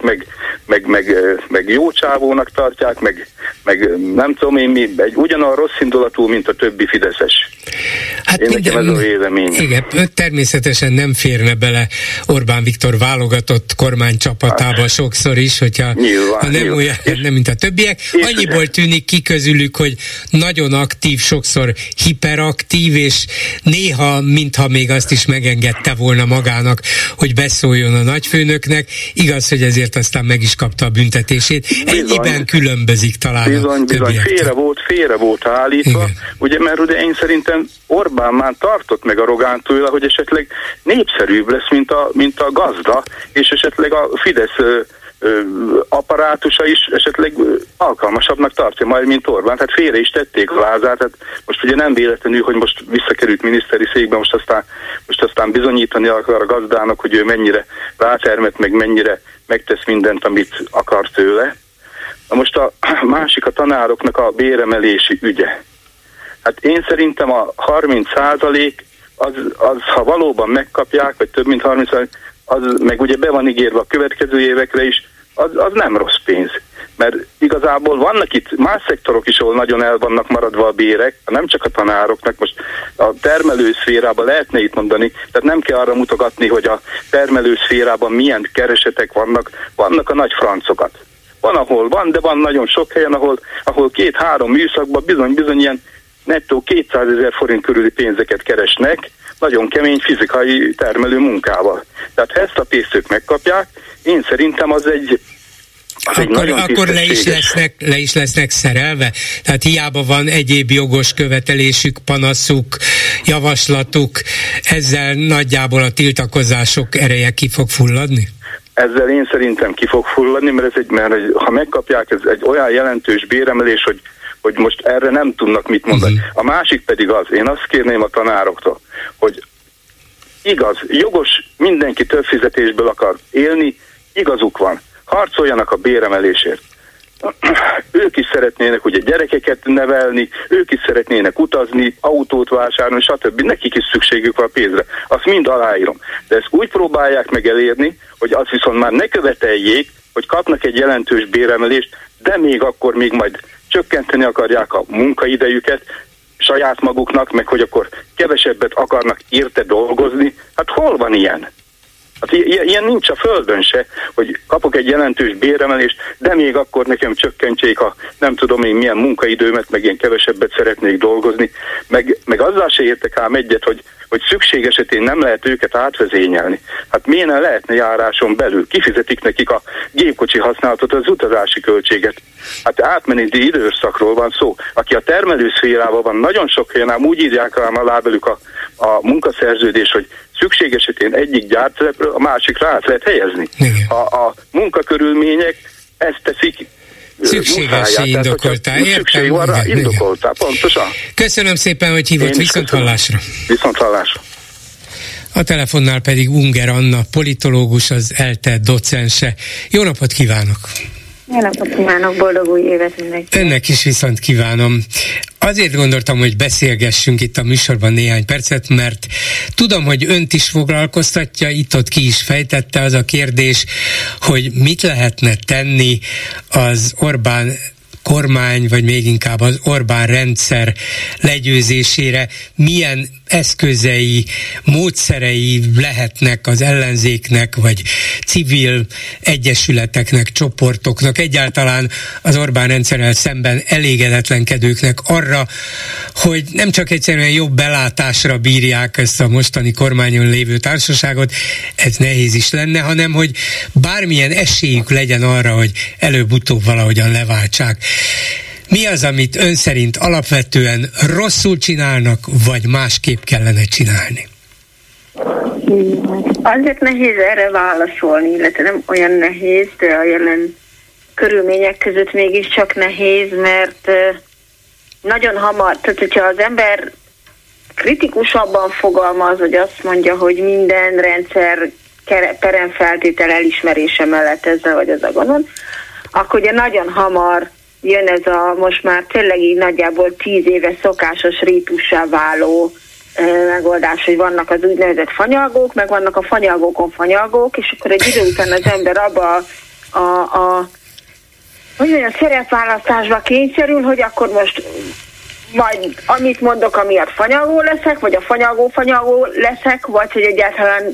meg jó csávónak tartják, meg nem tudom én mi, egy ugyanolyan rossz indulatú, mint a többi fideszes. Hát én nekem ez a vélemény. Igen, természetesen nem férne bele Orbán Viktor válogatott kormánycsapatába sokszor is, hogyha nem olyan, nem mint a többiek. Annyiból tűnik ki közülük, hogy nagyon aktív, sokszor hiperaktív, és néha, mintha még azt is megengedte volna magának, hogy beszóljon a nagyfőnöknek. Igaz, hogy ezért aztán meg is kapta a büntetését. Ennyiben különbözik talán bizony, félre volt állítva. Igen. Ugye, mert ugye én szerintem Orbán már tartott meg a Rogán tőle, hogy esetleg népszerűbb lesz, mint a gazda, és esetleg a Fidesz apparátusa is esetleg alkalmasabbnak tartja majd, mint Orbán. Tehát félre is tették a Lázárt. Tehát most ugye nem véletlenül, hogy most visszakerült miniszteri székbe, most aztán bizonyítani akar a gazdának, hogy ő mennyire rátermet, meg mennyire megtesz mindent, amit akar tőle. Na most a másik a tanároknak a béremelési ügye. Hát én szerintem a 30% az ha valóban megkapják, vagy több mint 30%, az meg ugye be van ígérve a következő évekre is, az nem rossz pénz. Mert igazából vannak itt más szektorok is, ahol nagyon el vannak maradva a bérek, nem csak a tanároknak, most a termelőszférában lehetne itt mondani, tehát nem kell arra mutogatni, hogy a termelőszférában milyen keresetek vannak a nagy francokat. Van, ahol van, de van nagyon sok helyen, ahol 2-3 műszakban bizony ilyen nettó 200 000 forint körüli pénzeket keresnek, nagyon kemény fizikai termelő munkával. Tehát ha ezt a pénzt ők megkapják, én szerintem az egy akkor le is lesznek szerelve? Tehát hiába van egyéb jogos követelésük, panaszuk, javaslatuk, ezzel nagyjából a tiltakozások ereje ki fog fulladni? Ezzel én szerintem ki fog fulladni, mert ha megkapják, ez egy olyan jelentős béremelés, hogy most erre nem tudnak mit mondani. A másik pedig én azt kérném a tanároktól, hogy igaz, jogos, mindenki több fizetésből akar élni, igazuk van, harcoljanak a béremelésért. Ők is szeretnének ugye gyerekeket nevelni, ők is szeretnének utazni, autót vásárolni, stb. Nekik is szükségük van a pénzre. Azt mind aláírom. De ezt úgy próbálják meg elérni, hogy azt viszont már ne követeljék, hogy kapnak egy jelentős béremelést, de még akkor majd csökkenteni akarják a munkaidejüket saját maguknak, meg hogy akkor kevesebbet akarnak érte dolgozni. Hát hol van ilyen? Hát ilyen nincs a földön se, hogy kapok egy jelentős béremelést, de még akkor nekem csökkentsék a nem tudom én milyen munkaidőmet, meg én kevesebbet szeretnék dolgozni, meg azzal se értek ám egyet, hogy szükség esetén nem lehet őket átvezényelni. Hát milyen lehetne járáson belül? Kifizetik nekik a gépkocsi használatot, az utazási költséget. Hát átmeneti időszakról van szó. Aki a termelőszférában van, nagyon sok helyen ám úgy írják rám alá velük a munkaszerződés, hogy szükség esetén egyik gyártszerepről a másikra át lehet helyezni. A munkakörülmények ezt teszik szükségessé indokoltál. Szükség van rá, indokoltál, pontosan. Köszönöm szépen, hogy hívott, viszont hallásra. Viszont hallásra. A telefonnál pedig Unger Anna, politológus, az ELTE docense. Jó napot kívánok! Jó napot kívánok, boldog új évet mindenkinek! Önnek is viszont kívánom. Azért gondoltam, hogy beszélgessünk itt a műsorban néhány percet, mert tudom, hogy önt is foglalkoztatja, itt-ott ki is fejtette az a kérdés, hogy mit lehetne tenni az Orbán kormány, vagy még inkább az Orbán rendszer legyőzésére, milyen eszközei, módszerei lehetnek az ellenzéknek, vagy civil egyesületeknek, csoportoknak, egyáltalán az Orbán rendszerrel szemben elégedetlenkedőknek arra, hogy nem csak egyszerűen jobb belátásra bírják ezt a mostani kormányon lévő társaságot, ez nehéz is lenne, hanem hogy bármilyen esélyük legyen arra, hogy előbb-utóbb valahogyan leváltsák. Mi az, amit ön szerint alapvetően rosszul csinálnak, vagy másképp kellene csinálni? Azért nehéz erre válaszolni, illetve nem olyan nehéz, de a jelen körülmények között mégiscsak nehéz, mert nagyon hamar, tehát hogyha az ember kritikusabban fogalmaz, hogy azt mondja, hogy minden rendszer peremfeltétel elismerése mellett ezzel vagy az a gondon, akkor ugye nagyon hamar jön ez a most már tényleg így nagyjából 10 éve szokásos rítussá váló megoldás, hogy vannak az úgynevezett fanyalgók, meg vannak a fanyalgókon fanyalgók, és akkor egy idő után az ember abba hogy mondjam, szerepválasztásba kényszerül, hogy akkor most majd amit mondok, amiatt fanyalgó leszek, vagy a fanyalgó leszek, vagy hogy egyáltalán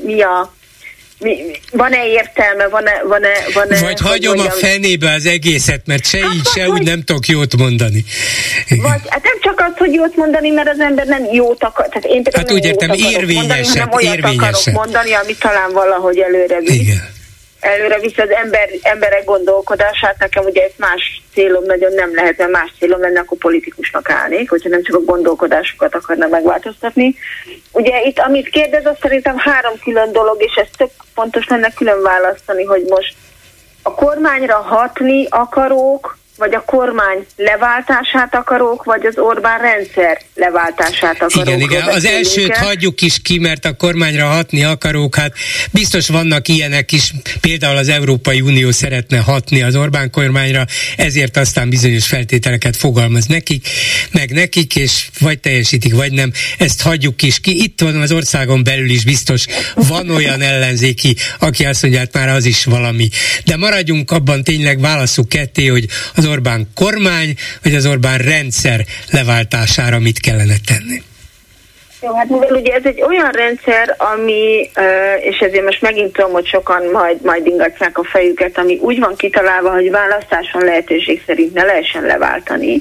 van-e értelme, van-e vagy hagyom a fenébe az egészet, mert se így, se úgy nem tudok jót mondani. Vagy, hát nem csak az, hogy jót mondani, mert az ember nem jót akar. Tehát én például hát úgy értem, érvényeset. Akarok mondani, ami talán valahogy előre visz az emberek gondolkodását. Nekem ugye ez más célom nagyon nem lehet, mert más célom lenne, akkor politikusnak állnék, hogyha nem csak a gondolkodásukat akarna megváltoztatni. Ugye itt, amit kérdez, az szerintem 3 külön dolog, és ez tök fontos lenne külön választani, hogy most a kormányra hatni akarók, vagy a kormány leváltását akarok, vagy az Orbán rendszer leváltását akarok. Igen, az elsőt hagyjuk is ki, mert a kormányra hatni akarók, hát biztos vannak ilyenek is, például az Európai Unió szeretne hatni az Orbán kormányra, ezért aztán bizonyos feltételeket fogalmaz nekik, és vagy teljesítik, vagy nem, ezt hagyjuk is ki. Itt van az országon belül is biztos van olyan ellenzéki, aki azt mondja, hát már az is valami. De maradjunk abban, tényleg válasszuk ketté, hogy az Orbán kormány, vagy az Orbán rendszer leváltására mit kellene tenni? Jó, hát mivel ugye ez egy olyan rendszer, ami, és ezért most megint tudom, hogy sokan majd ingatják a fejüket, ami úgy van kitalálva, hogy választáson lehetőség szerint ne lehessen leváltani.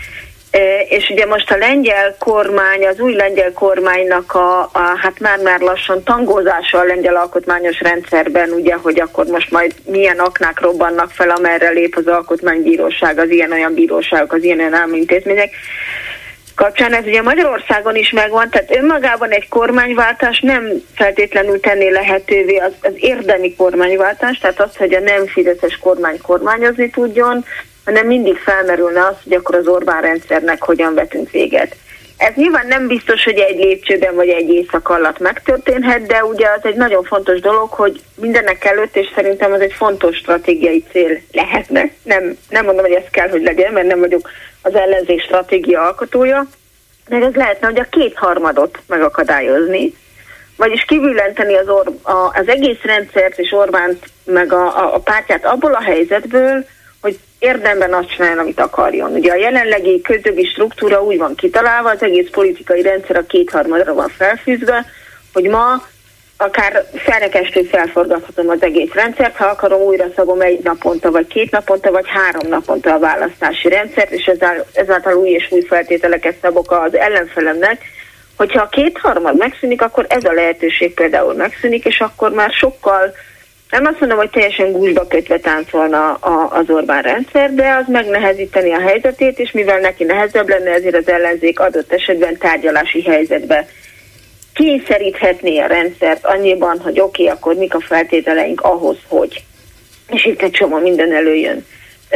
És ugye most a lengyel kormány, az új lengyel kormánynak hát már lassan tangózása a lengyel alkotmányos rendszerben, ugye, hogy akkor most majd milyen aknák robbannak fel, amerre lép az alkotmánybíróság, az ilyen-olyan bíróságok, az ilyen-olyan államintézmények kapcsán. Ez ugye Magyarországon is megvan, tehát önmagában egy kormányváltás nem feltétlenül tenné lehetővé az érdemi kormányváltás, tehát az, hogy a nem fideszes kormány kormányozni tudjon, hanem mindig felmerülne az, hogy akkor az Orbán rendszernek hogyan vetünk véget. Ez nyilván nem biztos, hogy egy lépcsőben vagy egy éjszaka alatt megtörténhet, de ugye az egy nagyon fontos dolog, hogy mindenek előtt, és szerintem az egy fontos stratégiai cél lehetne. Nem mondom, hogy ez kell, hogy legyen, mert nem vagyok az ellenzék stratégia alkotója, de ez lehetne, hogy a 2/3 megakadályozni, vagyis kívüllenteni az egész rendszert és Orbánt meg a pártját abból a helyzetből, hogy érdemben azt csináljon, amit akarjon. Ugye a jelenlegi közjogi struktúra úgy van kitalálva, az egész politikai rendszer a 2/3 van felfűzve, hogy ma akár felrekestől felforgathatom az egész rendszert, ha akarom, újra szabom 1 naponta, vagy 2 naponta, vagy 3 naponta a választási rendszert, és ezáltal új és új feltételeket szabok az ellenfelemnek. Hogyha a 2/3 megszűnik, akkor ez a lehetőség például megszűnik, és akkor már sokkal, nem azt mondom, hogy teljesen gúzsba kötve táncolna az Orbán rendszer, de az megnehezíteni a helyzetét, és mivel neki nehezebb lenne, ezért az ellenzék adott esetben tárgyalási helyzetbe kényszeríthetné a rendszert annyiban, hogy oké, akkor mik a feltételeink ahhoz, hogy. És itt egy csomó minden előjön.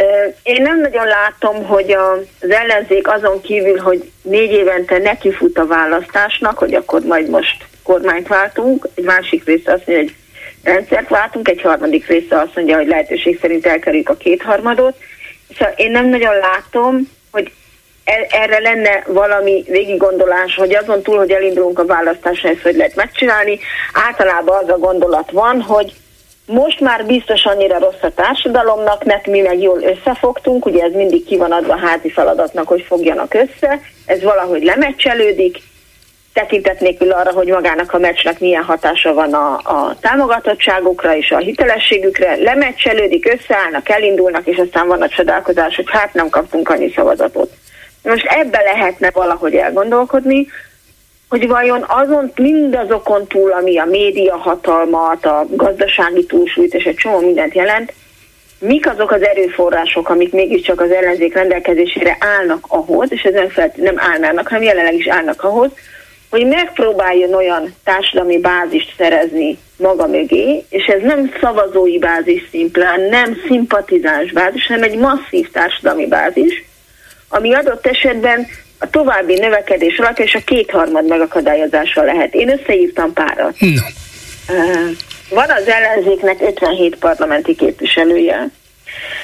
Én nem nagyon látom, hogy az ellenzék azon kívül, hogy 4 évente nekifut a választásnak, hogy akkor majd most kormányt váltunk, egy másik része azt mondja, hogy rendszert váltunk, egy harmadik része azt mondja, hogy lehetőség szerint elkerüljük a 2/3. Szóval én nem nagyon látom, hogy erre lenne valami végiggondolás, hogy azon túl, hogy elindulunk a választásra, ezt hogy lehet megcsinálni. Általában az a gondolat van, hogy most már biztos annyira rossz a társadalomnak, mert mi meg jól összefogtunk, ugye ez mindig ki van adva házi feladatnak, hogy fogjanak össze, ez valahogy lemeccselődik, tekintet nélkül arra, hogy magának a meccsnek milyen hatása van a támogatottságukra és a hitelességükre, lemeccselődik, összeállnak, elindulnak, és aztán van a csodálkozás, hogy hát nem kaptunk annyi szavazatot. Most ebbe lehetne valahogy elgondolkodni, hogy vajon mindazokon túl, ami a média hatalmat, a gazdasági túlsúlyt és egy csomó mindent jelent, mik azok az erőforrások, amik mégiscsak az ellenzék rendelkezésére állnak ahhoz, és ez nem állnának, hanem jelenleg is állnak ahhoz, hogy megpróbáljon olyan társadalmi bázist szerezni maga mögé, és ez nem szavazói bázis szimplán, nem szimpatizáns bázis, hanem egy masszív társadalmi bázis, ami adott esetben a további növekedés alatt és a 2/3 megakadályozása lehet. Én összeírtam párat. Van az ellenzéknek 57 parlamenti képviselője,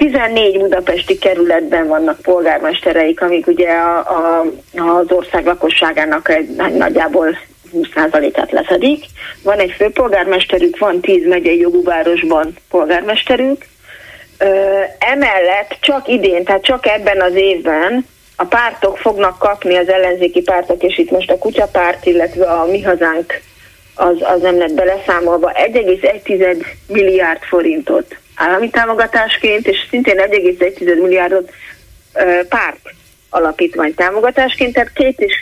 14 budapesti kerületben vannak polgármestereik, amik ugye az ország lakosságának nagyjából 20%-át leszedik. Van egy főpolgármesterük, van 10 megyei jogú városban polgármesterük. Emellett csak idén, tehát csak ebben az évben a pártok fognak kapni, az ellenzéki pártok, és itt most a Kutyapárt, illetve a Mi Hazánk az nem lett beleszámolva, 1,1 milliárd forintot állami támogatásként, és szintén 1,1 milliárdot párt alapítvány támogatásként, tehát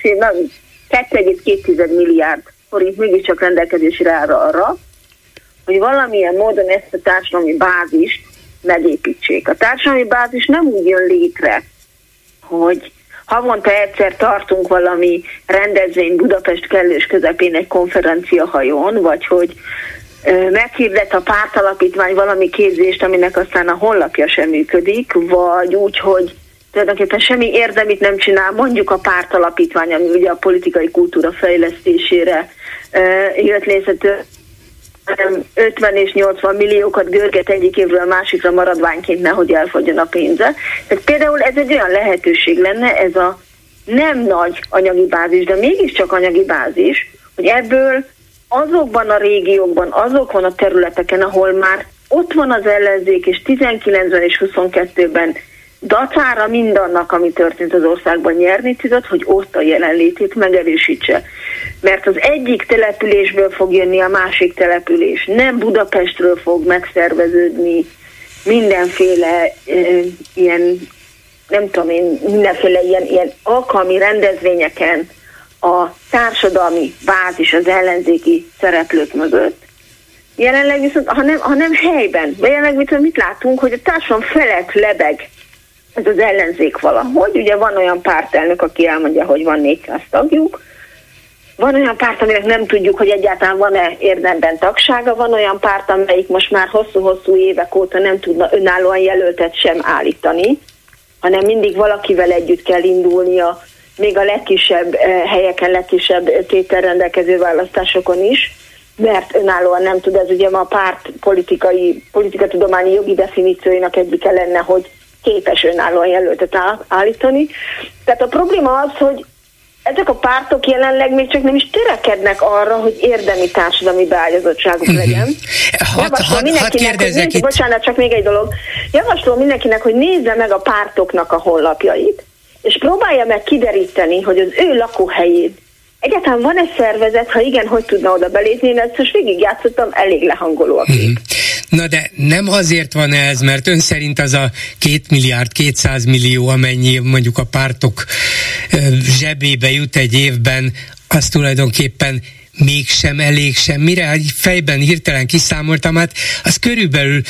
2,2 milliárd forint mégiscsak rendelkezésre áll arra, hogy valamilyen módon ezt a társadalmi bázist megépítsék. A társadalmi bázis nem úgy jön létre, hogy havonta egyszer tartunk valami rendezvény Budapest kellős közepén egy konferenciahajón, vagy hogy meghirdet a pártalapítvány valami képzést, aminek aztán a honlapja sem működik, vagy úgy, hogy tulajdonképpen semmi érdemit nem csinál, mondjuk a pártalapítvány, ami ugye a politikai kultúra fejlesztésére jött létre, 50 és 80 milliókat görget egyik évről a másikra maradványként, nehogy elfogyjon a pénze. Tehát például ez egy olyan lehetőség lenne, ez a nem nagy anyagi bázis, de mégiscsak anyagi bázis, hogy ebből azokban a régiókban, azokon a területeken, ahol már ott van az ellenzék, és 19-ben és 22-ben dacára mindannak, ami történt az országban, nyerni tudott, hogy ott a jelenlétét megerősítse. Mert az egyik településből fog jönni a másik település. Nem Budapestről fog megszerveződni mindenféle ilyen, nem tudom én, mindenféle ilyen alkalmi rendezvényeken a társadalmi bázis az ellenzéki szereplők mögött. Jelenleg viszont, ha nem helyben, de jelenleg viszont mit látunk, hogy a társadalom felett lebeg ez az ellenzék valahogy. Ugye van olyan pártelnök, aki elmondja, hogy van 400 tagjuk, van olyan párt, aminek nem tudjuk, hogy egyáltalán van-e érdemben tagsága, van olyan párt, amelyik most már hosszú-hosszú évek óta nem tudna önállóan jelöltet sem állítani, hanem mindig valakivel együtt kell indulnia, még a legkisebb helyeken, legkisebb tétel rendelkező választásokon is, mert önállóan nem tud. Ez ugye ma a párt politikatudományi jogi definícióinak egyike lenne, hogy képes önállóan jelöltet állítani. Tehát a probléma az, hogy ezek a pártok jelenleg még csak nem is törekednek arra, hogy érdemi társadalmi beágyazottságuk legyen. Bocsánat, csak még egy dolog. Javaslom mindenkinek, hogy nézze meg a pártoknak a honlapjait, és próbálja meg kideríteni, hogy az ő lakóhelyén egyáltalán van-e szervezet, ha igen, hogy tudna oda belépni, én ezt most végigjátszottam, elég lehangoló a kép. Na de nem azért van ez, mert ön szerint az a 2 milliárd 200 millió, amennyi mondjuk a pártok zsebébe jut egy évben, az tulajdonképpen mégsem elég semmire. Fejben hirtelen kiszámoltam, hát az körülbelül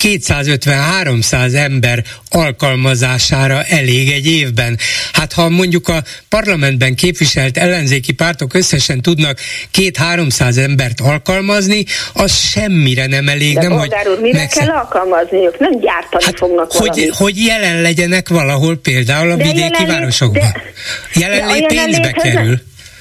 250-300 ember alkalmazására elég egy évben. Hát ha mondjuk a parlamentben képviselt ellenzéki pártok összesen tudnak 200-300 embert alkalmazni, az semmire nem elég. De nem, Bolgár úr, mire kell alkalmazniuk? Nem gyártani fognak valamit. Hogy jelen legyenek valahol például a vidéki városokban. Jelenlét pénzbe kerül.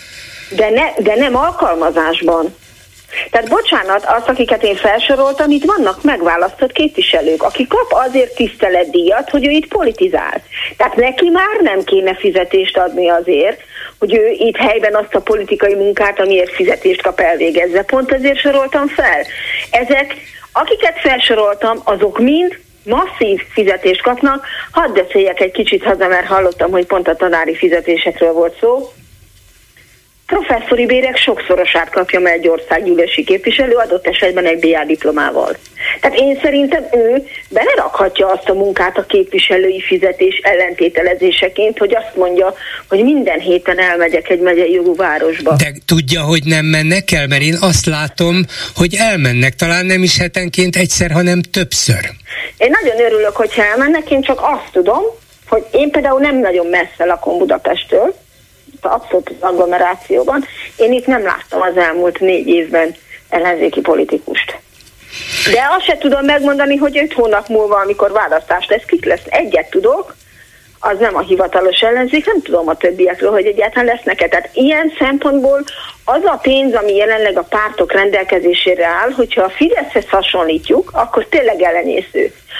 De nem alkalmazásban. Tehát bocsánat, azt, akiket én felsoroltam, itt vannak megválasztott képviselők, aki kap azért tiszteletdíjat, hogy ő itt politizál. Tehát neki már nem kéne fizetést adni azért, hogy ő itt helyben azt a politikai munkát, amiért fizetést kap, elvégezze. Pont ezért soroltam fel. Ezek, akiket felsoroltam, azok mind masszív fizetést kapnak. Hadd beszéljek egy kicsit haza, mert hallottam, hogy pont a tanári fizetésekről volt szó. Professzori bérek sokszorosát kapja meg egy országgyűlési képviselő, adott esetben egy BA diplomával. Tehát én szerintem ő belerakhatja azt a munkát a képviselői fizetés ellentételezéseként, hogy azt mondja, hogy minden héten elmegyek egy megyei jogú városba. De tudja, hogy nem mennek el, mert én azt látom, hogy elmennek, talán nem is hetenként egyszer, hanem többször. Én nagyon örülök, hogyha elmennek, én csak azt tudom, hogy én például nem nagyon messze lakom Budapesttől, abszolút az agglomerációban. Én itt nem láttam az elmúlt 4 évben ellenzéki politikust. De azt se tudom megmondani, hogy 5 hónap múlva, amikor választás lesz, kik lesz. Egyet tudok, az nem a hivatalos ellenzék, nem tudom a többiekről, hogy egyáltalán lesznek-e. Tehát ilyen szempontból az a pénz, ami jelenleg a pártok rendelkezésére áll, hogyha a Fideszhez hasonlítjuk, akkor tényleg ellenyésző.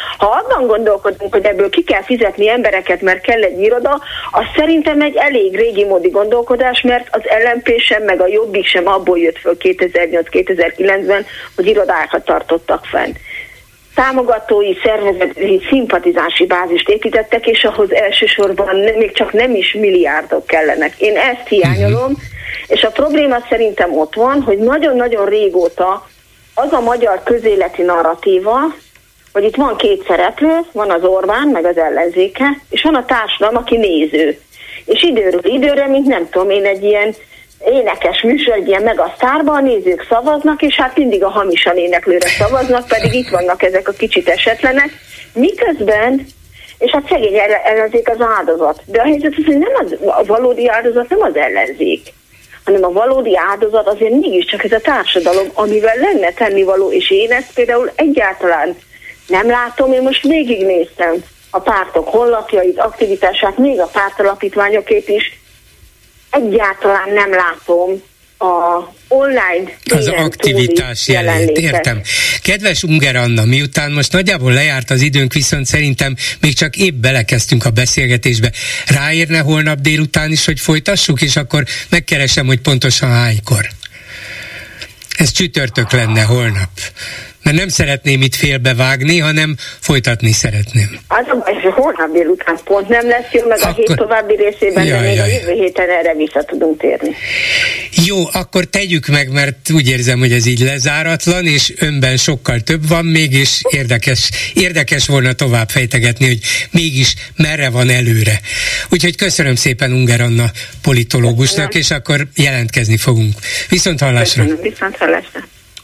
Ha abban gondolkodunk, hogy ebből ki kell fizetni embereket, mert kell egy iroda, az szerintem egy elég régi módi gondolkodás, mert az LMP sem, meg a Jobbik sem abból jött föl 2008-2009-ben, hogy irodákat tartottak fenn. Támogatói, szervezeti, szimpatizási bázist építettek, és ahhoz elsősorban még csak nem is milliárdok kellenek. Én ezt hiányolom, és a probléma szerintem ott van, hogy nagyon-nagyon régóta az a magyar közéleti narratíva, hogy itt van két szereplő, van az Orbán, meg az ellenzéke, és van a társadalom, aki néző. És időről időre, mint nem tudom én, egy ilyen énekes műsor, egy ilyen megasztárban a nézők szavaznak, és hát mindig a hamisan éneklőre szavaznak, pedig itt vannak ezek a kicsit esetlenek. Miközben, és hát szegény ellenzék az áldozat. De a helyzet az, hogy nem a valódi áldozat nem az ellenzék, hanem a valódi áldozat azért mégiscsak ez a társadalom, amivel lenne tennivaló, és én ezt például egyáltalán nem látom. Én most végignéztem a pártok honlapjait, aktivitását, még a pártalapítványokét is. Egyáltalán nem látom a online az aktivitás jelét, értem. Kedves Unger Anna, miután most nagyjából lejárt az időnk, viszont szerintem még csak épp belekezdtünk a beszélgetésbe. Ráérne holnap délután is, hogy folytassuk, és akkor megkeresem, hogy pontosan hánykor. Ez csütörtök lenne holnap. Mert nem szeretném itt félbevágni, hanem folytatni szeretném. Az a baj, hogy holnap délután pont nem lesz jó, meg a hét további részében, de még a jövő héten erre vissza tudunk térni. Jó, akkor tegyük meg, mert úgy érzem, hogy ez így lezáratlan, és önben sokkal több van még, és érdekes volna tovább fejtegetni, hogy mégis merre van előre. Úgyhogy köszönöm szépen Unger Anna politológusnak, köszönöm. És akkor jelentkezni fogunk. Viszont hallásra. Köszönöm, viszont hallásra.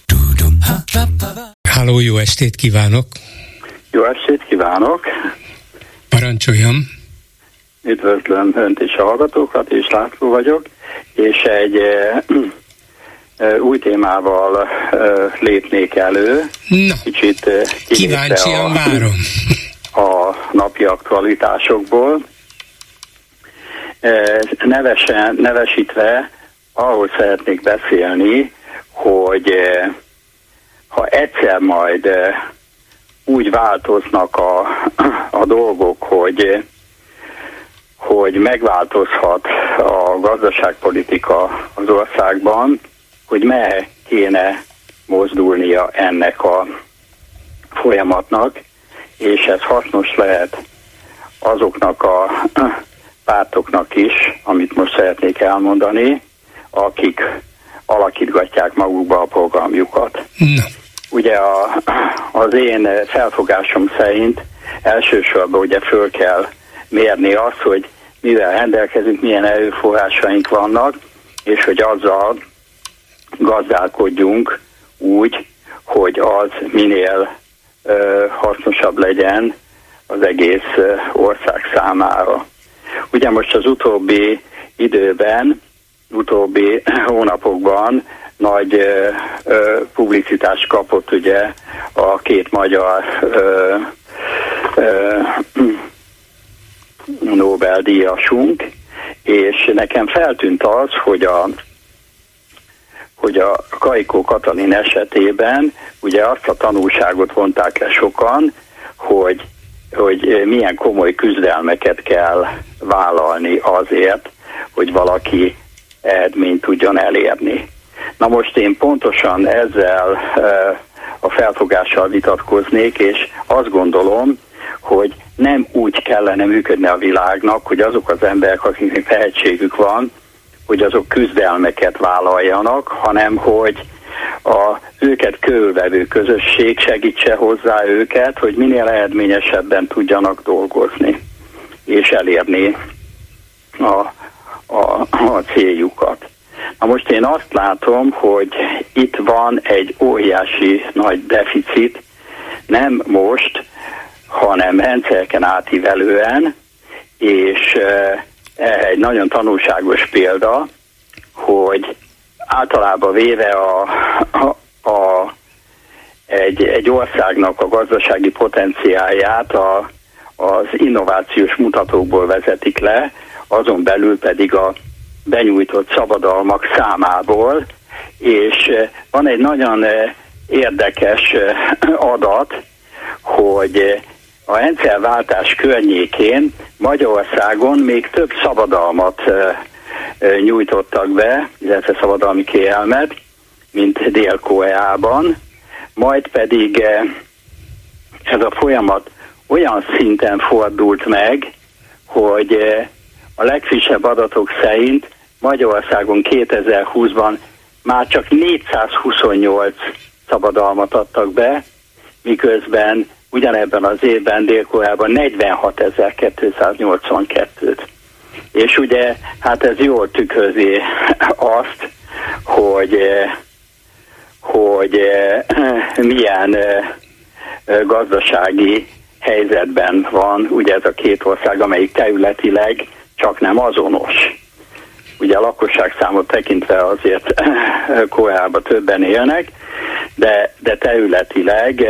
Halló, jó estét kívánok! Jó estét kívánok! Parancsoljam! Üdvözlöm Önt és a hallgatókat, és László vagyok, és egy új témával lépnék elő. Na, kicsit kíváncsian várom. A napi aktualitásokból. Nevesítve ahhoz szeretnék beszélni, hogy ha egyszer majd úgy változnak a dolgok, hogy megváltozhat a gazdaságpolitika az országban, hogy merre kéne mozdulnia ennek a folyamatnak, és ez hasznos lehet azoknak a pártoknak is, amit most szeretnék elmondani, akik alakítgatják magukba a programjukat. Na. Ugye az én felfogásom szerint elsősorban ugye föl kell mérni azt, hogy mivel rendelkezünk, milyen erőforrásaink vannak, és hogy azzal gazdálkodjunk úgy, hogy az minél hasznosabb legyen az egész ország számára. Ugye most az utóbbi időben, utóbbi hónapokban nagy publicitást kapott ugye a két magyar Nobel-díjasunk, és nekem feltűnt az, hogy a Kaikó Katalin esetében ugye azt a tanulságot vonták le sokan, hogy milyen komoly küzdelmeket kell vállalni azért, hogy valaki eredményt tudjon elérni. Na most én pontosan ezzel a felfogással vitatkoznék, és azt gondolom, hogy nem úgy kellene működni a világnak, hogy azok az emberek, akiknek tehetségük van, hogy azok küzdelmeket vállaljanak, hanem hogy őket körülvevő közösség segítse hozzá őket, hogy minél eredményesebben tudjanak dolgozni, és elérni a céljukat. Na most én azt látom, hogy itt van egy óriási nagy deficit, nem most, hanem rendszereken átívelően, és egy nagyon tanulságos példa, hogy általában véve egy országnak a gazdasági potenciálját az innovációs mutatókból vezetik le, azon belül pedig a benyújtott szabadalmak számából, és van egy nagyon érdekes adat, hogy a rendszerváltás környékén Magyarországon még több szabadalmat nyújtottak be, illetve szabadalmi kérelmet, mint Dél-Koreában, majd pedig ez a folyamat olyan szinten fordult meg, hogy a legfrissebb adatok szerint Magyarországon 2020-ban már csak 428 szabadalmat adtak be, miközben ugyanebben az évben Dél-Koreában 46.282-t. És ugye, hát ez jól tükrözi azt, hogy milyen gazdasági helyzetben van ugye ez a két ország, amelyik területileg csak nem azonos. Ugye a lakosságszámot tekintve azért Koreában többen élnek, de területileg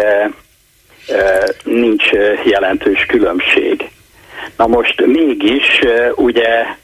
nincs jelentős különbség. Na most mégis ugye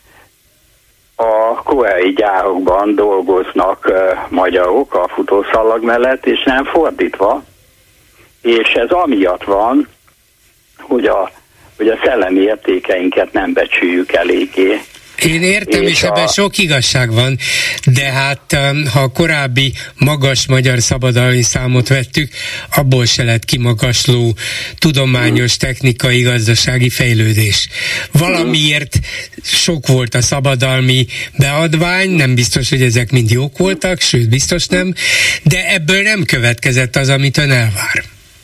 a koreai gyárokban dolgoznak magyarok a futószallag mellett, és nem fordítva, és ez amiatt van, hogy a szellemi értékeinket nem becsüljük eléggé. Én értem, és ebben sok igazság van, de hát ha a korábbi magas magyar szabadalmi számot vettük, abból se lett kimagasló tudományos, technikai, gazdasági fejlődés. Valamiért sok volt a szabadalmi beadvány, nem biztos, hogy ezek mind jók voltak, sőt, biztos nem, de ebből nem következett az, amit ön elvár.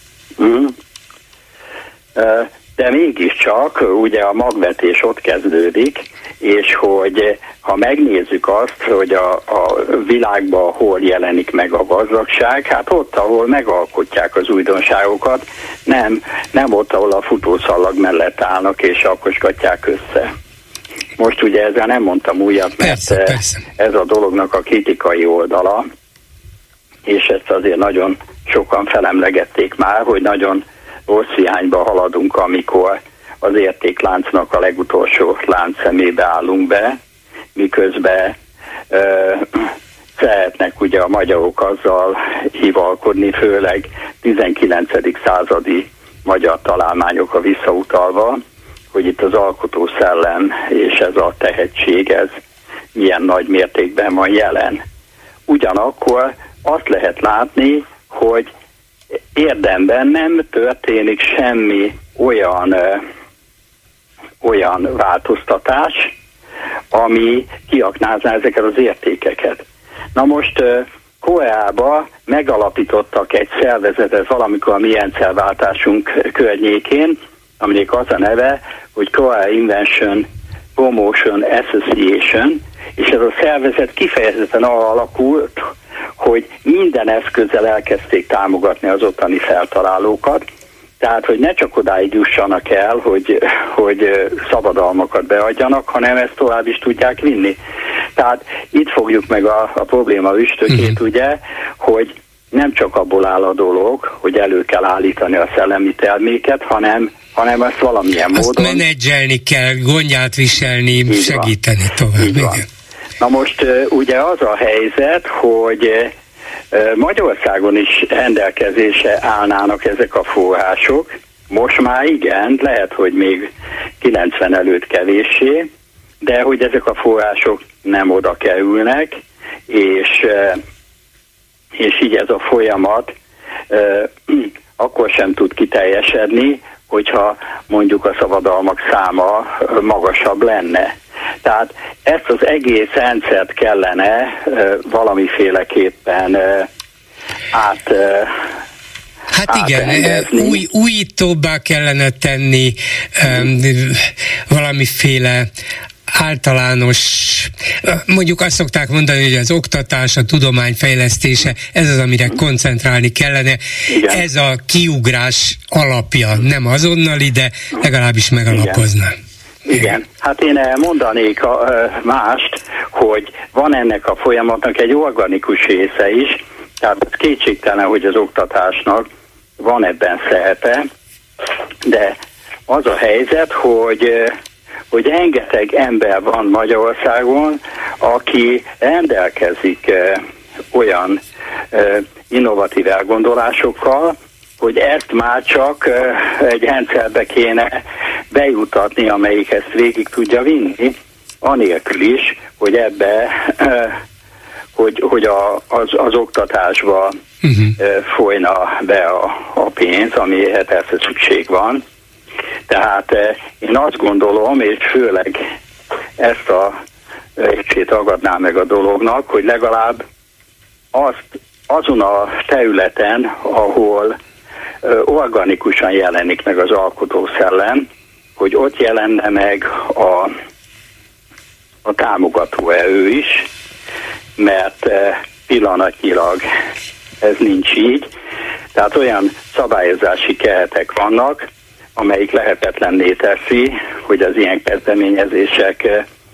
De mégiscsak ugye a magvetés ott kezdődik, és hogy ha megnézzük azt, hogy a világban hol jelenik meg a gazdagság, hát ott, ahol megalkotják az újdonságokat, nem ott, ahol a futószallag mellett állnak és alkosgatják össze. Most ugye ezzel nem mondtam újat, mert persze. Ez a dolognak a kritikai oldala, és ezt azért nagyon sokan felemlegették már, hogy nagyon rossz irányba haladunk, amikor az értékláncnak a legutolsó láncszemébe állunk be, miközben szeretnek ugye a magyarok azzal hivalkodni, főleg 19. századi magyar találmányokra visszautalva, hogy itt az alkotó szellem és ez a tehetség, ez milyen nagy mértékben van jelen. Ugyanakkor azt lehet látni, hogy érdemben nem történik semmi olyan változtatás, ami kiaknázná ezeket az értékeket. Na most Koreában megalapítottak egy szervezetet valamikor a mi rendszerváltásunk környékén, aminek az a neve, hogy Korea Invention Promotion Association, és ez a szervezet kifejezetten arra alakult, hogy minden eszközzel elkezdték támogatni az ottani feltalálókat, tehát, hogy ne csak odáig jussanak el, hogy szabadalmakat beadjanak, hanem ezt tovább is tudják vinni. Tehát itt fogjuk meg a probléma üstökét, ugye, hogy nem csak abból áll a dolog, hogy elő kell állítani a szellemi terméket, hanem ezt valamilyen módon... Azt menedzselni kell, gondját viselni, így segíteni van. Tovább. Igen. Na most ugye az a helyzet, hogy Magyarországon is rendelkezésre állnának ezek a források. Most már igen, lehet, hogy még 90 előtt kevéssé, de hogy ezek a források nem oda kerülnek, és így ez a folyamat akkor sem tud kiteljesedni, hogyha mondjuk a szabadalmak száma magasabb lenne. Tehát ezt az egész rendszert kellene valamiféleképpen hát igen, újítóbbá kellene tenni valamiféle általános, mondjuk azt szokták mondani, hogy az oktatás, a tudomány fejlesztése, ez az, amire koncentrálni kellene. Igen. Ez a kiugrás alapja, nem azonnali, de legalábbis megalapozna. Igen, hát én mondanék mást, hogy van ennek a folyamatnak egy organikus része is, tehát kétségtelen, hogy az oktatásnak van ebben szerepe, de az a helyzet, hogy rengeteg ember van Magyarországon, aki rendelkezik olyan innovatív elgondolásokkal, hogy ezt már csak egy rendszerbe kéne bejutatni, amelyik ezt végig tudja vinni, anélkül is, hogy ebbe, hogy az oktatásba folyna be a pénz, amire persze szükség van. Tehát én azt gondolom, és főleg ezt a részét ragadná meg a dolognak, hogy legalább azon a területen, ahol organikusan jelenik meg az alkotószellem, hogy ott jelenne meg a támogató erő is, mert pillanatnyilag ez nincs így. Tehát olyan szabályozási keretek vannak, amelyik lehetetlenné teszi, hogy az ilyen kezdeményezések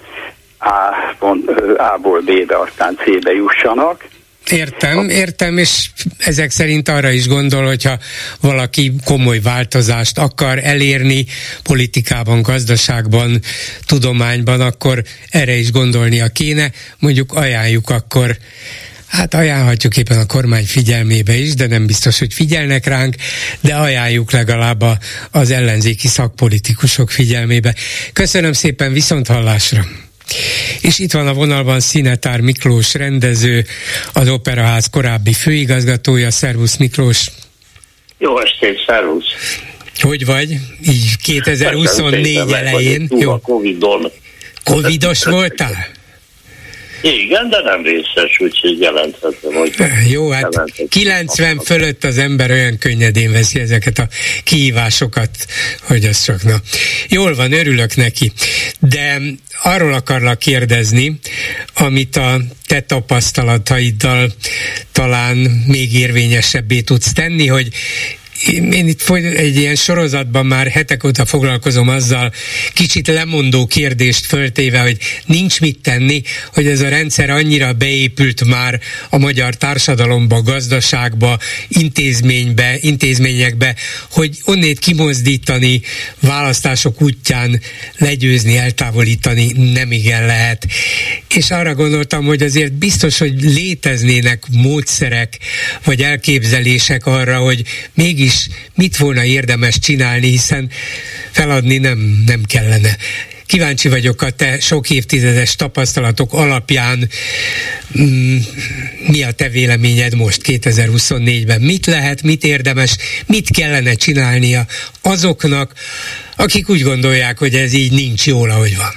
A-ból B-be, aztán C-be jussanak. Értem, és ezek szerint arra is gondol, hogyha valaki komoly változást akar elérni politikában, gazdaságban, tudományban, akkor erre is gondolnia kéne. Mondjuk ajánljuk akkor, ajánlhatjuk éppen a kormány figyelmébe is, de nem biztos, hogy figyelnek ránk, de ajánljuk legalább az ellenzéki szakpolitikusok figyelmébe. Köszönöm szépen, viszonthallásra! És itt van a vonalban Szinetár Miklós rendező, az Operaház korábbi főigazgatója. Szervusz Miklós! Jó estét, szervusz! Hogy vagy? Így 2024 elején? Jó. A Covid-on. Covidos voltál? Igen, de nem részes, úgyhogy jelenthetem, hogy... Jó, 90 fölött az ember olyan könnyedén veszi ezeket a kihívásokat, hogy az csak Jól van, örülök neki. De arról akarlak kérdezni, amit a te tapasztalataiddal talán még érvényesebbé tudsz tenni, hogy én itt egy ilyen sorozatban már hetek óta foglalkozom azzal, kicsit lemondó kérdést föltéve, hogy nincs mit tenni, hogy ez a rendszer annyira beépült már a magyar társadalomba, gazdaságba, intézményekbe, hogy onnét kimozdítani, választások útján legyőzni, eltávolítani nem igen lehet. És arra gondoltam, hogy azért biztos, hogy léteznének módszerek, vagy elképzelések arra, hogy mégis mit volna érdemes csinálni, hiszen feladni nem kellene. Kíváncsi vagyok a te sok évtizedes tapasztalatok alapján, mi a te véleményed most 2024-ben? Mit lehet, mit érdemes, mit kellene csinálnia azoknak, akik úgy gondolják, hogy ez így nincs jól, ahogy van?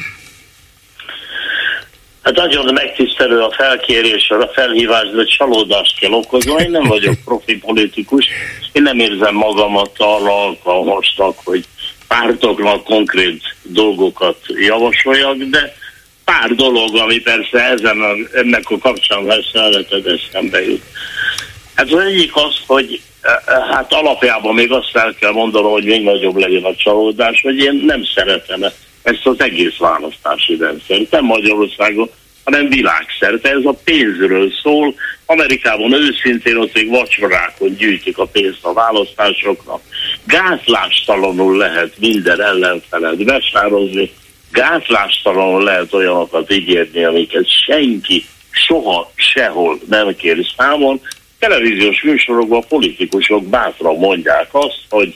Hát nagyon megtisztelő a felkérés, a felhívás, de csalódást kell okoznom. Én nem vagyok profi politikus, én nem érzem magamat arra alkalmasnak, hogy pártoknak konkrét dolgokat javasoljak, de pár dolog, ami persze ennek a kapcsán felszeleted eszembe jut. Hát az egyik az, hogy hát alapjában még azt el kell mondanom, hogy még nagyobb legyen a csalódás, hogy én nem szeretem ezt az egész választási rendszert. Nem Magyarországon, hanem világszerte. Ez a pénzről szól. Amerikában őszintén ott még vacsorákon gyűjtik a pénzt a választásoknak. Gátlástalanul lehet minden ellenfelet besározni, gátlástalanul lehet olyanokat ígérni, amiket senki soha sehol nem kér számon. Televíziós műsorokban a politikusok bátran mondják azt, hogy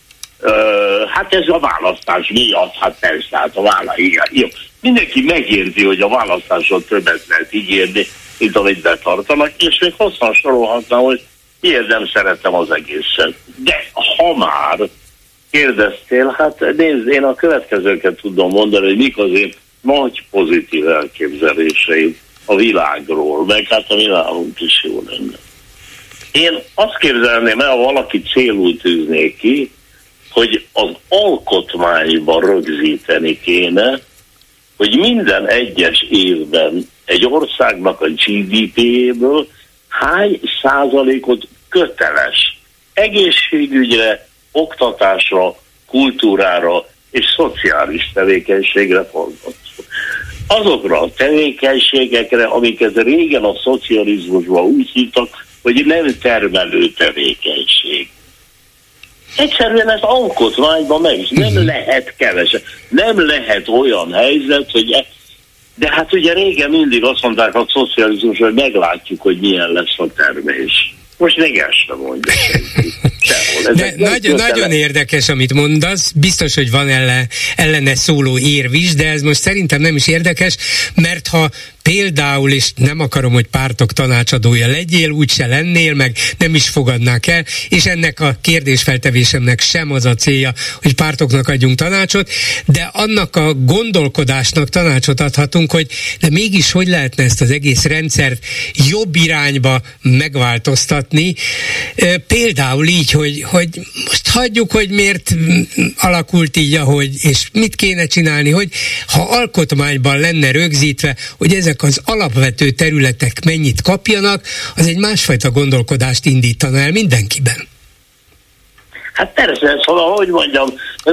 hát ez a választás miatt, hát persze, hát a választás, igen, jó. Mindenki megérzi, hogy a választáson többet lehet ígérni, mint amit betartanak, és még hosszan sorolhatnám, hogy miért nem szeretem az egészet. De ha már kérdeztél, hát nézd, én a következőket tudom mondani, hogy mik az én nagy pozitív elképzeléseim a világról, meg hát a mi nálunk is jó lenne. Én azt képzelném el, ha valaki célul tűznék ki, hogy az alkotmányban rögzíteni kéne, hogy minden egyes évben egy országnak a GDP-ből hány százalékot köteles egészségügyre, oktatásra, kultúrára és szociális tevékenységre fordítani. Azokra a tevékenységekre, amiket régen a szocializmusban úgy hívtak, hogy nem termelő tevékenység. Egyszerűen ez alkotmányban meg, nem lehet kevesebb. Nem lehet olyan helyzet, hogy de hát ugye régen mindig azt mondták a szocializmus, hogy meglátjuk, hogy milyen lesz a termés. Most még ezt sem mondja. De nagyon érdekes, amit mondasz, biztos, hogy van ellene szóló érv is, de ez most szerintem nem is érdekes, mert ha például, és nem akarom, hogy pártok tanácsadója legyél, úgyse lennél, meg nem is fogadnák el, és ennek a kérdésfeltevésemnek sem az a célja, hogy pártoknak adjunk tanácsot, de annak a gondolkodásnak tanácsot adhatunk, hogy de mégis hogy lehetne ezt az egész rendszert jobb irányba megváltoztatni, például így, hogy most hagyjuk, hogy miért alakult így, ahogy, és mit kéne csinálni, hogy ha alkotmányban lenne rögzítve, hogy ezek az alapvető területek mennyit kapjanak, az egy másfajta gondolkodást indítana el mindenkiben. Hát persze, szóval, hogy mondjam,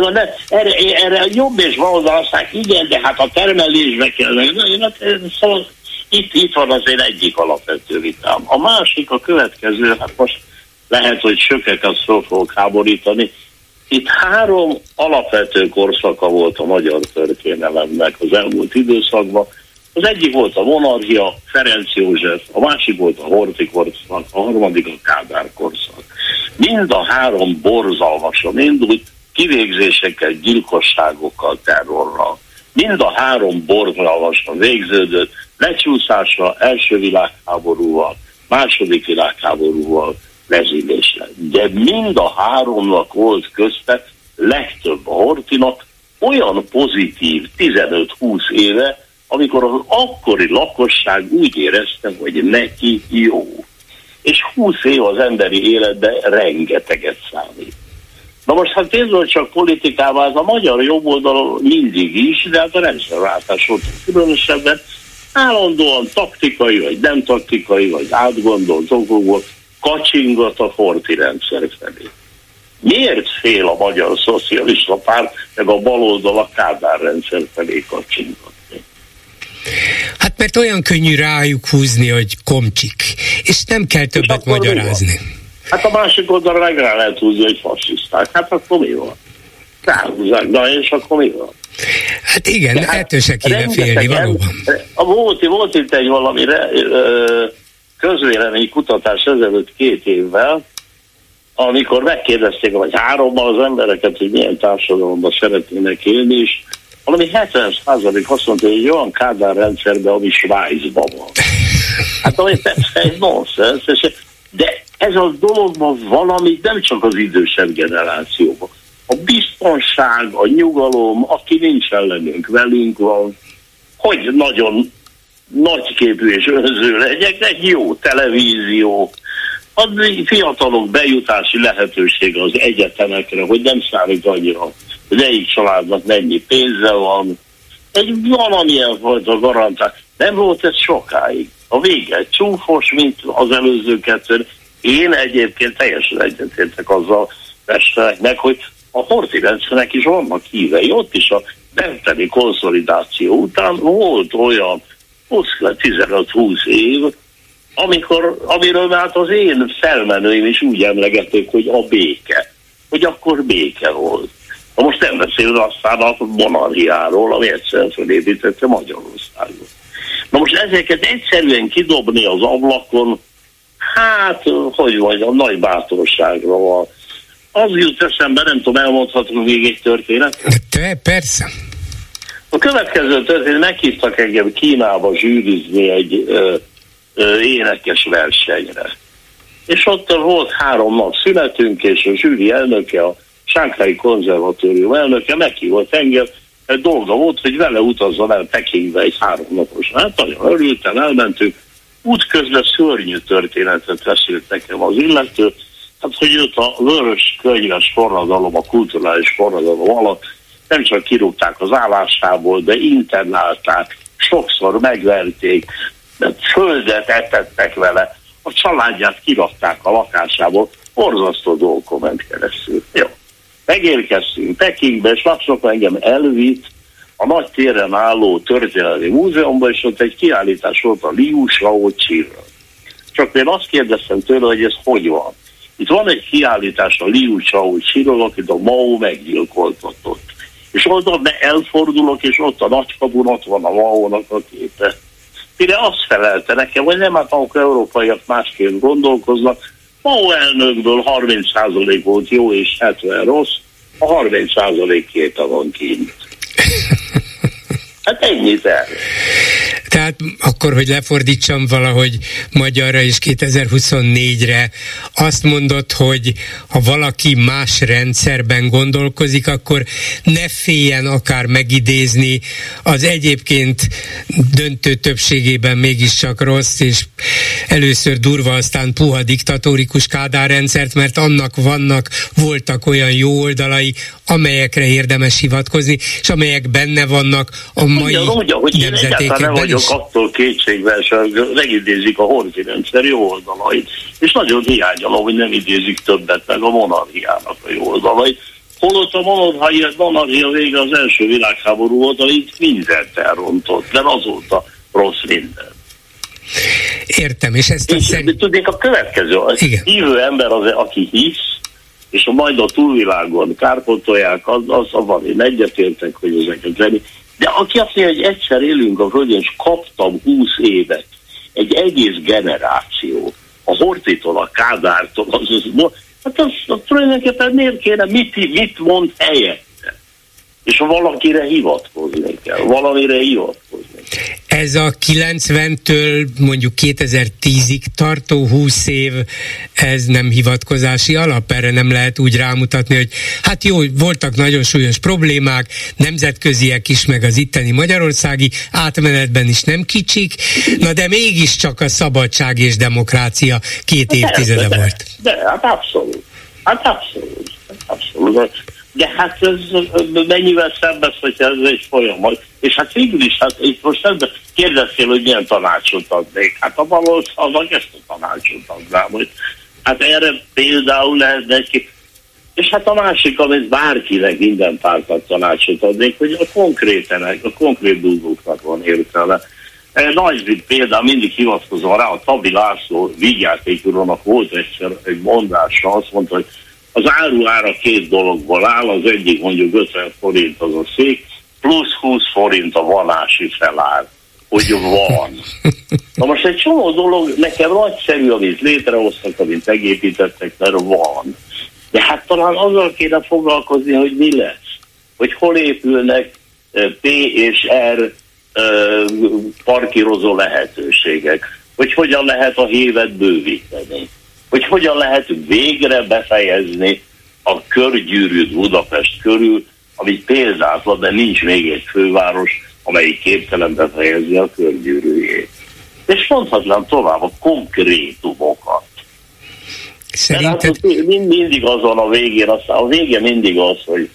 erre jobb és baloldal aztán igen, de hát a termelésbe kell. Szóval itt van azért egyik alapvető vitám. A másik, a következő, hát most lehet, hogy sökeket szó fogok háborítani. Itt 3 alapvető korszaka volt a magyar történelemnek az elmúlt időszakban. Az egyik volt a monarchia, Ferenc József, a másik volt a Horthy korszak, a harmadik a Kádár korszak. Mind a 3 borzalmasan indult, kivégzésekkel, gyilkosságokkal, terrorral. Mind a 3 borzalmasan végződött, lecsúszásra, első világháborúval, második világháborúval, vezéléssel. De mind a 3-nak volt közte, legtöbb a Horthynak olyan pozitív 15-20 éve, amikor az akkori lakosság úgy érezte, hogy neki jó. És 20 év az emberi életben rengeteget számít. Na most, ha tényleg csak politikával, az a magyar jobboldal mindig is, de hát a rendszerváltás volt különösebben állandóan taktikai, vagy nem taktikai, vagy átgondolt okokból kacsingat a Horthy rendszer felé. Miért fél a magyar szocialista párt, meg a baloldal a Kádár rendszer felé kacsingatni? Hát mert olyan könnyű rájuk húzni, hogy komcsik, és nem kell többet magyarázni. Hát a másik oldalra meg rá lehet húzni, hogy fasiszták. Hát akkor mi van? Ráhúzzák, de és akkor mi van? Hát igen, hát ettől se kéne félni, valóban. Volt itt egy valami közvélemény kutatás ezelőtt 2 évvel, amikor megkérdezték, vagy 3-ban az embereket, hogy milyen társadalomban szeretnének élni, és valami 70% azt mondta, hogy egy olyan Kádár rendszerben, ami Svájcban van. Hát ami persze egy nonsens, de ez a dologban valami nem csak az idősebb generációban. A biztonság, a nyugalom, aki nincs ellenünk, velünk van, hogy nagyon nagyképű és önző legyek, egy jó televízió, a fiatalok bejutási lehetősége az egyetemekre, hogy nem számít annyira, hogy egyik családnak mennyi pénze van, egy valamilyen fajta garantál. Nem volt ez sokáig. A vége csúfos, mint az előző 2. Én egyébként teljesen egyetértek azzal mestereknek, hogy a Horthy rendszernek is vannak hívei. Ott is a berteni konszolidáció után volt olyan 15-20 év, amiről hát az én felmenőim is úgy emlegették, hogy a béke. Hogy akkor béke volt. Na most nem beszélve aztán a monarchiáról, ami egyszerűen felépítette Magyarországot. Na most ezeket egyszerűen kidobni az ablakon, hát, hogy mondjam, nagy bátorságra van. Az jut eszembe, nem tudom, elmondhatunk még egy történetet? Persze. A következő történet, meghívtak engem Kínába zsűrizni egy énekes versenyre. És ott volt 3 nap szünetünk, és a zsűri elnöke, a Sánghái Konzervatórium elnöke meghívott engem, egy dolga volt, hogy vele utazzon el Pekingbe egy 3 napos. Hát nagyon örültem, elmentünk. Útközben szörnyű történetet beszélt nekem az illető, hát hogy őt a vörös könyves forradalom, a kulturális forradalom alatt nem csak kirúgták az állásából, de internálták, sokszor megverték, földet etettek vele, a családját kirakták a lakásából, borzasztó dolgokon ment keresztül. Jó. Megérkeztünk Pekingbe, és másnap engem elvitt a nagy téren álló történelmi múzeumban, és ott egy kiállítás volt a Liu Shaoqi-ről. Csak én azt kérdeztem tőle, hogy ez hogy van. Itt van egy kiállítás a Liu Shaoqi-ről, akit a Mao meggyilkoltatott. És oda elfordulok, és ott a nagykabun ott van a Mao-nak a képe. Mire azt felelte nekem, hogy nem, hát akkor európaiak másként gondolkoznak, Mao elnökből 30% volt jó és 70 rossz, a 30% kéta van kint. Hát ennyit el. Tehát akkor, hogy lefordítsam valahogy magyarra és 2024-re, azt mondod, hogy ha valaki más rendszerben gondolkozik, akkor ne féljen akár megidézni az egyébként döntő többségében mégiscsak rossz, és először durva, aztán puha diktatórikus Kádár rendszert, mert annak voltak olyan jó oldalai, amelyekre érdemes hivatkozni, és amelyek benne vannak a mai nemzetékekben is. Attól kétségben sem megidézik a Horthy rendszer jó oldalait. És nagyon hiányolom, hogy nem idézik többet meg a monarchiának a jó oldalait. Holott a monarchia vége az első világháború volt, amit mindent elrontott, de azóta rossz minden. Értem, és ezt tudnék a következő, az hívő ember az, aki hisz, és majd a túlvilágon kárpotolják, az van, én egyetértek, hogy ezeket venni. De aki azt mondja, hogy egyszer élünk a Földön, és kaptam 20 évet, egy egész generáció, a Horthytól, a Kádártól, az tulajdonképpen miért kéne, mit mond helyette? És valakire hivatkozni kell, valamire hivatkozni kell. Ez a 90-től mondjuk 2010-ig tartó 20 év, ez nem hivatkozási alap? Erre nem lehet úgy rámutatni, hogy hát jó, voltak nagyon súlyos problémák, nemzetköziek is, meg az itteni magyarországi átmenetben is nem kicsik, na de mégiscsak a szabadság és demokrácia 2 évtizede volt. De hát abszolút. De hát ez mennyivel szebb ez, hogy ez egy folyamat. És hát végül is, hát itt most kérdeztél, hogy milyen tanácsot adnék. Hát a baloldalnak ezt a tanácsot adnám, hogy hát erre például lehet neki. És hát a másik, amit bárkinek, minden pártnak tanácsot adnék, hogy a konkrét dolgoknak van értelme. Nagy például mindig hivatkozom rá, a Tabi László vígjátékúrónak volt egyszer egy mondása, azt mondta, hogy az áruára 2 dologból áll, az egyik mondjuk 50 forint az a szék, plusz 20 forint a vanási felár, hogy van. Na most egy csomó dolog nekem nagyszerű, amit létrehoztak, amit megépítettek, mert van. De hát talán azzal kéne foglalkozni, hogy mi lesz. Hogy hol épülnek P és R parkírozó lehetőségek. Hogy hogyan lehet a hévet bővíteni. Hogy hogyan lehet végre befejezni a körgyűrűt Budapest körül, ami példátlan, de nincs még egy főváros, amelyik képtelen befejezni a körgyűrűjét. És mondhatnám tovább a konkrétumokat. Szerinted... Mindig az van a végén, aztán a vége mindig az, hogy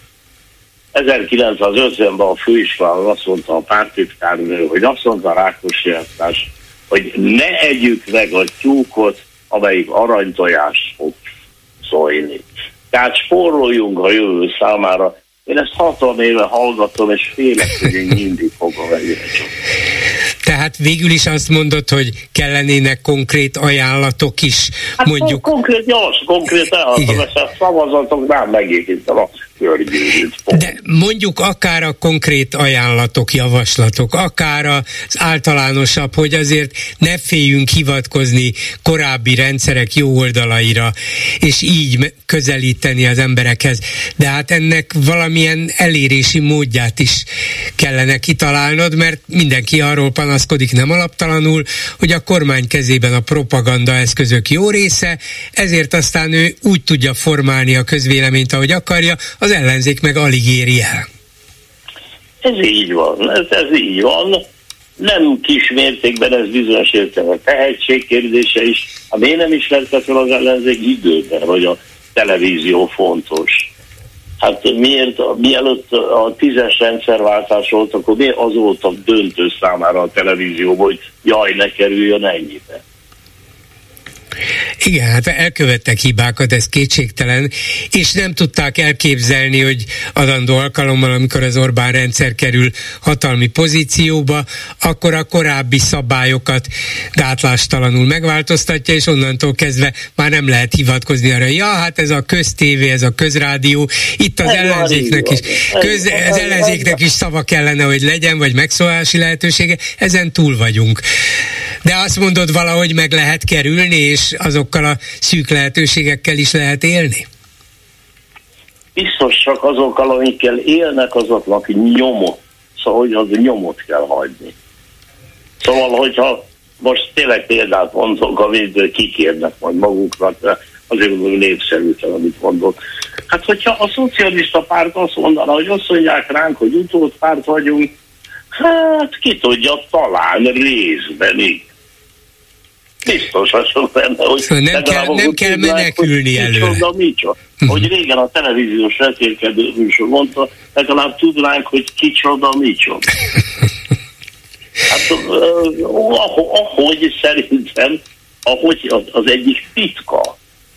1950-ben a főiskolában azt mondta a pártitkárnő, hogy azt mondta Rákosi elvtárs, hogy ne együk meg a tyúkot, amelyik aranytojás fog szólni. Tehát spóroljunk a jövő számára. Én ezt 60 éve hallgatom, és félek, hogy én mindig fogom egyre csak. Tehát végül is azt mondod, hogy kellenének konkrét ajánlatok is, hát mondjuk... Konkrét ajánlatok, ezt a szavazatok nem megépítem a körgyűrűt. De mondjuk akár a konkrét ajánlatok, javaslatok, akár az általánosabb, hogy azért ne féljünk hivatkozni korábbi rendszerek jó oldalaira, és így közelíteni az emberekhez. De hát ennek valamilyen elérési módját is kellene kitalálnod, mert mindenki arról panaszkodik nem alaptalanul, hogy a kormány kezében a propaganda eszközök jó része, ezért aztán ő úgy tudja formálni a közvéleményt, ahogy akarja, az ellenzék meg alig éri el. Ez így van, ez így van. Nem kis mértékben ez bizonyos értelme tehetség kérdése is. Ha miért nem ismerte fel az ellenzék időben, hogy a televízió fontos? Hát mielőtt a 10-es rendszerváltás volt, akkor miért az volt a döntő számára a televízióban, hogy jaj, ne kerüljön ennyibe? Igen, hát elkövettek hibákat, ez kétségtelen, és nem tudták elképzelni, hogy adandó alkalommal, amikor az Orbán rendszer kerül hatalmi pozícióba, akkor a korábbi szabályokat gátlástalanul megváltoztatja, és onnantól kezdve már nem lehet hivatkozni arra, ja, hát ez a köztévé, ez a közrádió, itt az ellenzéknek is szava kellene, hogy legyen, vagy megszólalási lehetősége, ezen túl vagyunk. De azt mondod, valahogy meg lehet kerülni, és azok azokkal a szűk lehetőségekkel is lehet élni? Biztos csak azokkal, amikkel élnek, azoknak nyomot. Szóval, hogy az nyomot kell hagyni. Szóval, hogyha most tényleg példát mondok, amit kikérnek majd maguknak, azért népszerűtlen, amit mondok. Hát, hogyha a szocialista párt azt mondaná, hogy azt mondják ránk, hogy utódpárt vagyunk, hát ki tudja, talán részben így. Biztos azon benne, hogy szóval nem kell menekülni előre. Hogy régen a televíziós vetélkedő műsor mondta, legalább tudnánk, hogy kicsoda, micsoda. Hát ahogy szerintem, ahogy az egyik titka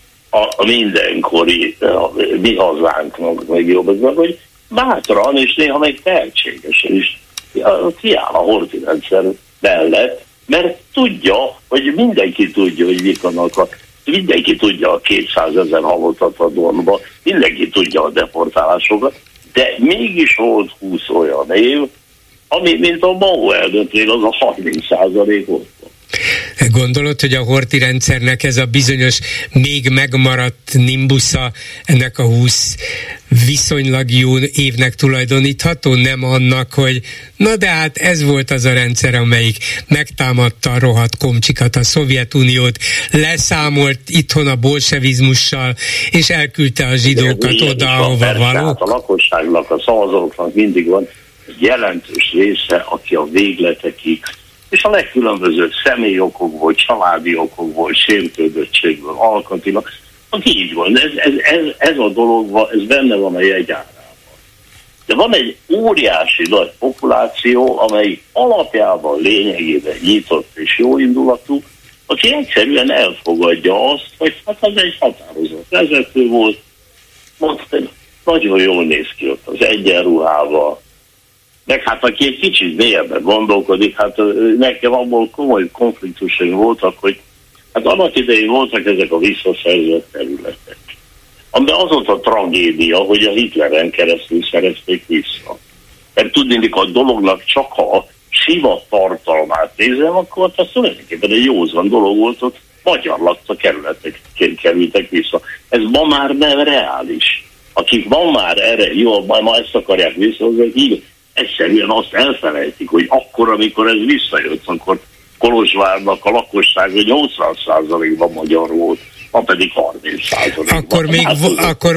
a mindenkori mi hazánknak meg jobb, hogy bátran és néha meg tehetségesen is kiáll a Horthy rendszer mellett, mert tudja, hogy mindenki tudja, hogy mik vannak mindenki tudja a 200 000 halottat a Donba, mindenki tudja a deportálásokat, de mégis volt 20 olyan év, ami, mint a Mao elnöknél, az a 30% volt. Gondolod, hogy a Horthy rendszernek ez a bizonyos még megmaradt nimbusza ennek a 20 viszonylag jó évnek tulajdonítható? Nem annak, hogy na de hát ez volt az a rendszer, amelyik megtámadta a rohadt komcsikat, a Szovjetuniót, leszámolt itthon a bolsevizmussal, és elküldte a zsidókat oda, ahova valók? A lakosságnak, a szavazóknak mindig van jelentős része, aki a végletekig és a legkülönbözőbb személyi okokból, családi okokból, sértődöttségből, alkatilag, aki így van. Ez a dolog, ez benne van a jegyárában. De van egy óriási nagy populáció, amely alapjában lényegében nyitott és jóindulatú, aki egyszerűen elfogadja azt, hogy hát az egy határozott vezető volt, mondta, nagyon jól néz ki ott az egyenruhával, meg hát aki egy kicsit mélyebben gondolkodik, hát nekem abból komoly konfliktusaim voltak, hogy hát annak idején voltak ezek a visszaszerzett területek. Amiben az volt a tragédia, hogy a Hitleren keresztül szerezték vissza. Mert tudnék, a dolognak csak a sima tartalmát nézem, akkor az tulajdonképpen egy józan dolog volt, ott magyar lakta kerületek kerültek vissza. Ez ma már nem reális. Akik ma már erre, jó, ma ezt akarják visszahozni, így egyszerűen azt elfelejtik, hogy akkor, amikor ez visszajött, akkor Kolozsvárnak a lakossága 80%-ban magyar volt, ma pedig 30%-ban. Akkor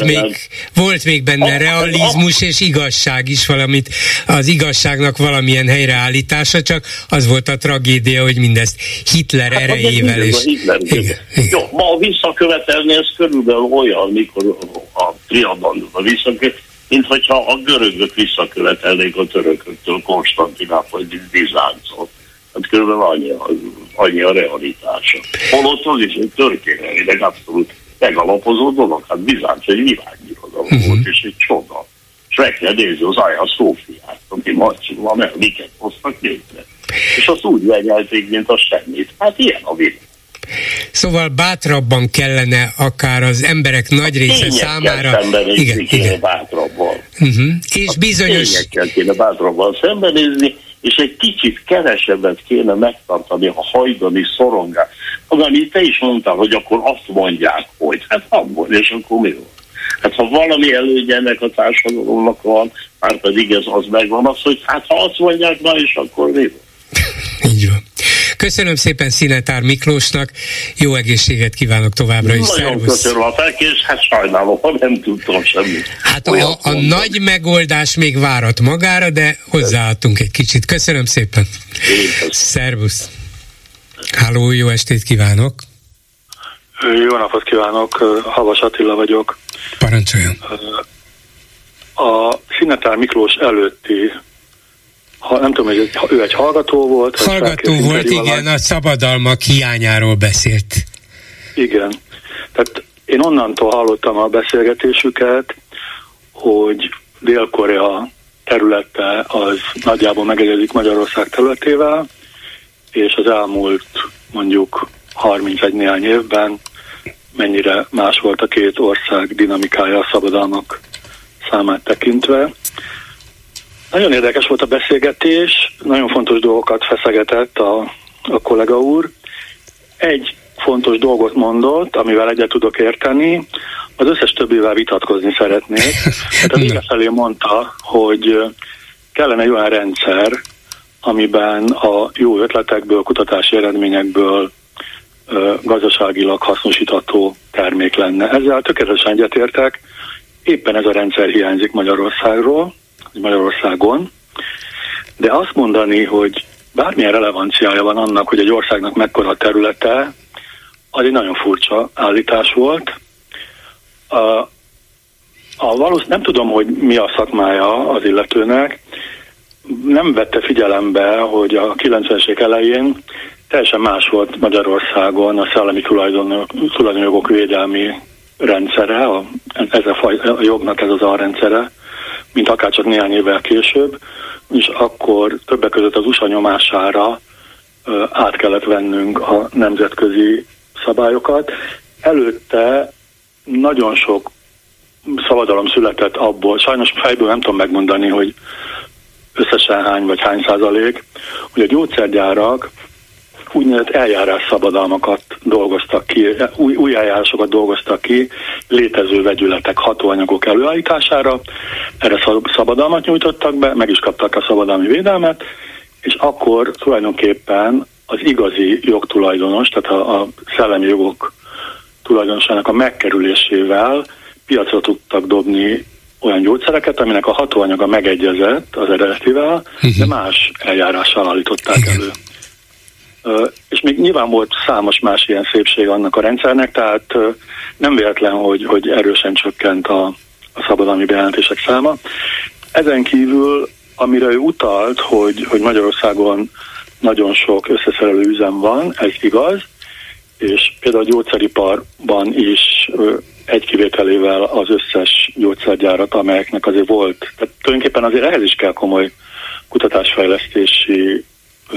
volt még benne realizmus és igazság is, valamit, az igazságnak valamilyen helyreállítása, csak az volt a tragédia, hogy mindezt Hitler erejével is. Jó, ma visszakövetelni ez körülbelül olyan, mikor a Trianonban visszakövetelni, mint hogyha a görögök visszakövetelnék a törököktől Konstantinápoly Bizáncot. Hát körülbelül annyi a realitása. Holott az is egy történelmileg abszolút megalapozó dolog. Hát Bizánc egy világbirodalom volt, és egy csoda. És meg kell nézni az Hagia Szófiát, aki Marcsival miket hoztak létre. És azt úgy venyelték, mint a semmit. Hát ilyen a világ. Szóval bátrabban kellene akár az emberek nagy része számára... Igen. Bátrabban. És bizonyos... Tényekkel kéne bátrabban szembenézni, és egy kicsit kevesebbet kéne megtartani a hajdani szorongást. Az, amit te is mondtál, hogy akkor azt mondják, hogy hát abból, és akkor mi van? Hát ha valami elődje ennek a társadalomnak van, már pedig ez az megvan, az, hogy hát ha azt mondják, na és akkor mi van? Így van. Köszönöm szépen Szinetár Miklósnak, jó egészséget kívánok továbbra is. Nagyon köszönöm a felkérést, hát sajnálom, ha nem tudtam semmit. Hát a nagy megoldás még várat magára, de hozzáadtunk egy kicsit. Köszönöm szépen. Szervusz. Halló, jó estét kívánok. Jó napot kívánok, Havas Attila vagyok. Parancsoljon. A Szinetár Miklós előtti, nem tudom, hogy ő egy hallgató volt. Hallgató volt, igen, a szabadalmak hiányáról beszélt. Igen. Tehát én onnantól hallottam a beszélgetésüket, hogy Dél-Korea területe az nagyjából megegyezik Magyarország területével, és az elmúlt mondjuk 31 néhány évben mennyire más volt a két ország dinamikája a szabadalmak számát tekintve. Nagyon érdekes volt a beszélgetés, nagyon fontos dolgokat feszegetett a kollega úr. Egy fontos dolgot mondott, amivel egyet tudok érteni, az összes többivel vitatkozni szeretnék. Hát a vége felé mondta, hogy kellene egy olyan rendszer, amiben a jó ötletekből, kutatási eredményekből gazdaságilag hasznosítható termék lenne. Ezzel tökéletesen egyetértek. Éppen ez a rendszer hiányzik Magyarországon. De azt mondani, hogy bármilyen relevanciája van annak, hogy egy országnak mekkora területe, az egy nagyon furcsa állítás volt. Nem tudom, hogy mi a szakmája az illetőnek. Nem vette figyelembe, hogy a 90-es évek elején teljesen más volt Magyarországon a szellemi tulajdonjogok védelmi rendszere, a jognak ez az alrendszere, mint akárcsak néhány évvel később, és akkor többek között az USA nyomására át kellett vennünk a nemzetközi szabályokat. Előtte nagyon sok szabadalom született abból, sajnos fejből nem tudom megmondani, hogy összesen hány vagy hány százalék, hogy a gyógyszergyárak úgynevezett eljárásszabadalmakat dolgoztak ki, új eljárásokat dolgoztak ki létező vegyületek, hatóanyagok előállítására. Erre szabadalmat nyújtottak be, meg is kaptak a szabadalmi védelmet, és akkor tulajdonképpen az igazi jogtulajdonos, tehát a szellemi jogok tulajdonosának a megkerülésével piacra tudtak dobni olyan gyógyszereket, aminek a hatóanyaga megegyezett az eredetivel, de más eljárással állították elő. És még nyilván volt számos más ilyen szépség annak a rendszernek, tehát nem véletlen, hogy erősen csökkent a szabadalmi bejelentések száma. Ezen kívül, amire ő utalt, hogy Magyarországon nagyon sok összeszerelő üzem van, ez igaz, és például a gyógyszeriparban is egy kivételével az összes gyógyszergyárat, amelyeknek azért volt. Tehát tulajdonképpen azért ehhez is kell komoly kutatásfejlesztési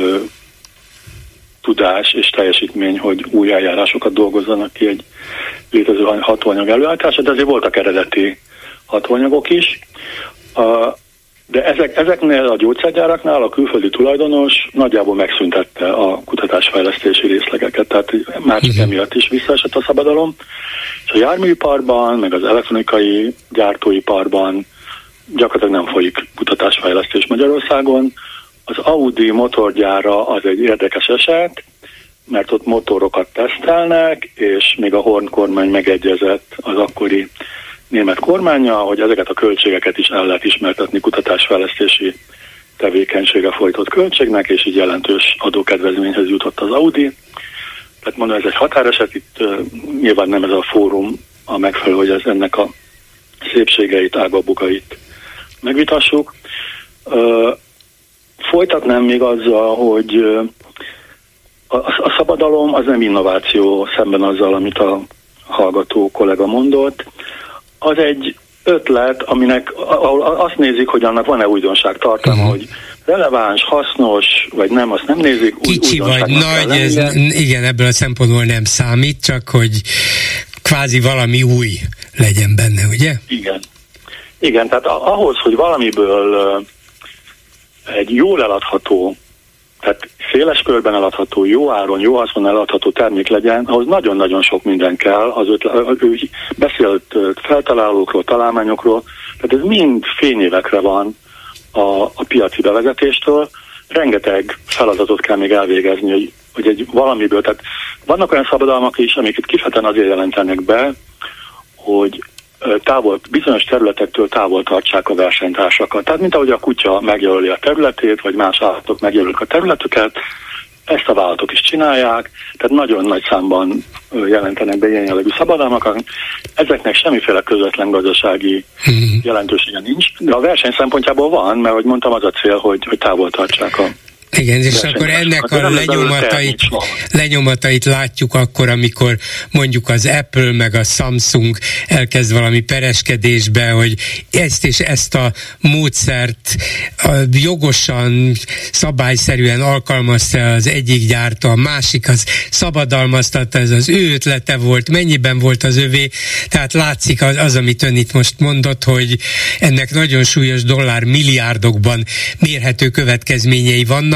tudás és teljesítmény, hogy új eljárásokat dolgozzanak ki egy létező hatóanyag előállítása, de azért voltak eredeti hatóanyagok is. De ezeknél a gyógyszergyáraknál a külföldi tulajdonos nagyjából megszüntette a kutatásfejlesztési részlegeket, tehát már csak emiatt is visszaesett a szabadalom. És a járműiparban, meg az elektronikai gyártóiparban gyakorlatilag nem folyik kutatásfejlesztés Magyarországon. Az Audi motorgyára az egy érdekes eset, mert ott motorokat tesztelnek, és még a Horn kormány megegyezett az akkori német kormánnyal, hogy ezeket a költségeket is el lehet ismertetni kutatásfejlesztési tevékenysége folytott költségnek, és így jelentős adókedvezményhez jutott az Audi. Tehát mondom, ez egy határeset, itt nyilván nem ez a fórum a megfelelő, hogy ennek a szépségeit, ágabugait megvitassuk. Folytatnám még azzal, hogy a szabadalom az nem innováció szemben azzal, amit a hallgató kollega mondott. Az egy ötlet, ahol azt nézik, hogy annak van-e újdonság tartalma, hogy releváns, hasznos, vagy nem, azt nem nézik. Kicsi vagy nagy, igen, ebből a szempontból nem számít, csak hogy kvázi valami új legyen benne, ugye? Igen, tehát ahhoz, hogy valamiből egy jól eladható, tehát széles körben eladható, jó áron, jó haszon eladható termék legyen, ahhoz nagyon-nagyon sok minden kell. Ő beszélt feltalálókról, találmányokról, tehát ez mind fényévekre van a piaci bevezetéstől. Rengeteg feladatot kell még elvégezni, hogy egy valamiből, tehát vannak olyan szabadalmak is, amiket kifejezetten azért jelentenek be, hogy bizonyos területektől távol tartsák a versenytársakat. Tehát mint ahogy a kutya megjelöli a területét, vagy más állatok megjelölik a területüket, ezt a vállalatok is csinálják, tehát nagyon nagy számban jelentenek be ilyen jellegű szabadalmakat. Ezeknek semmiféle közvetlen gazdasági jelentősége nincs, de a verseny szempontjából van, mert ahogy mondtam, az a cél, hogy távol tartsák a igen, és akkor ennek a lenyomatait látjuk akkor, amikor mondjuk az Apple meg a Samsung elkezd valami pereskedésbe, hogy ezt és ezt a módszert jogosan, szabályszerűen alkalmazta az egyik gyártó, a másik az szabadalmaztatta, ez az ő ötlete volt, mennyiben volt az övé, tehát látszik az, amit ön itt most mondott, hogy ennek nagyon súlyos dollármilliárdokban mérhető következményei vannak,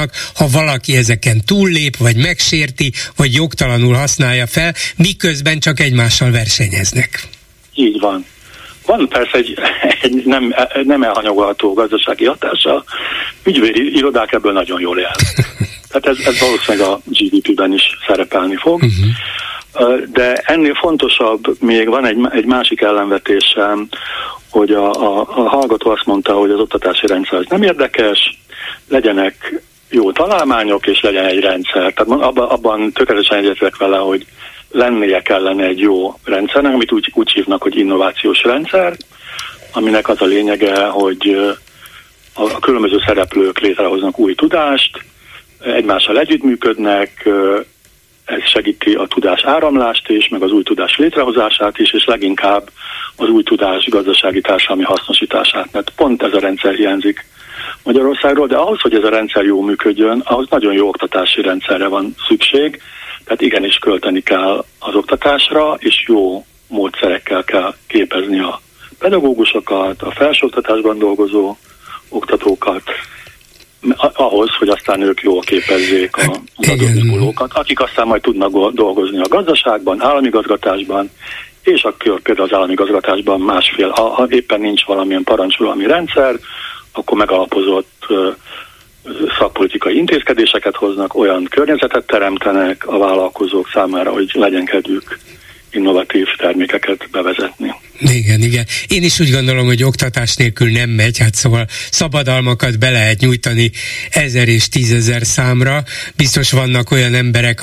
vannak, ha valaki ezeken túllép, vagy megsérti, vagy jogtalanul használja fel, miközben csak egymással versenyeznek. Így van. Van persze egy nem elhanyagolható gazdasági hatása, ügyvédi irodák ebből nagyon jól élnek. Tehát ez valószínűleg a GDP-ben is szerepelni fog. De ennél fontosabb, még van egy másik ellenvetésem, hogy a hallgató azt mondta, hogy az oktatási rendszer nem érdekes, legyenek jó találmányok, és legyen egy rendszer. Tehát abban tökéletesen egyetértek vele, hogy lennie kellene egy jó rendszernek, amit úgy hívnak, hogy innovációs rendszer, aminek az a lényege, hogy a különböző szereplők létrehoznak új tudást, egymással együttműködnek, ez segíti a tudás áramlást is, meg az új tudás létrehozását is, és leginkább az új tudás gazdasági társadalmi hasznosítását, mert pont ez a rendszer hiányzik Magyarországról, de ahhoz, hogy ez a rendszer jól működjön, ahhoz nagyon jó oktatási rendszerre van szükség, tehát igenis költeni kell az oktatásra, és jó módszerekkel kell képezni a pedagógusokat, a felsőoktatásban dolgozó oktatókat, ahhoz, hogy aztán ők jól képezzék az adózmúlókat, akik aztán majd tudnak dolgozni a gazdaságban, államigazgatásban, és akkor például az államigazgatásban másfél, ha éppen nincs valamilyen parancsolói rendszer, akkor megalapozott szakpolitikai intézkedéseket hoznak, olyan környezetet teremtenek a vállalkozók számára, hogy legyen kedvük innovatív termékeket bevezetni. Igen. Én is úgy gondolom, hogy oktatás nélkül nem megy, hát szóval szabadalmakat be lehet nyújtani 1000 és 10 000 számra. Biztos vannak olyan emberek,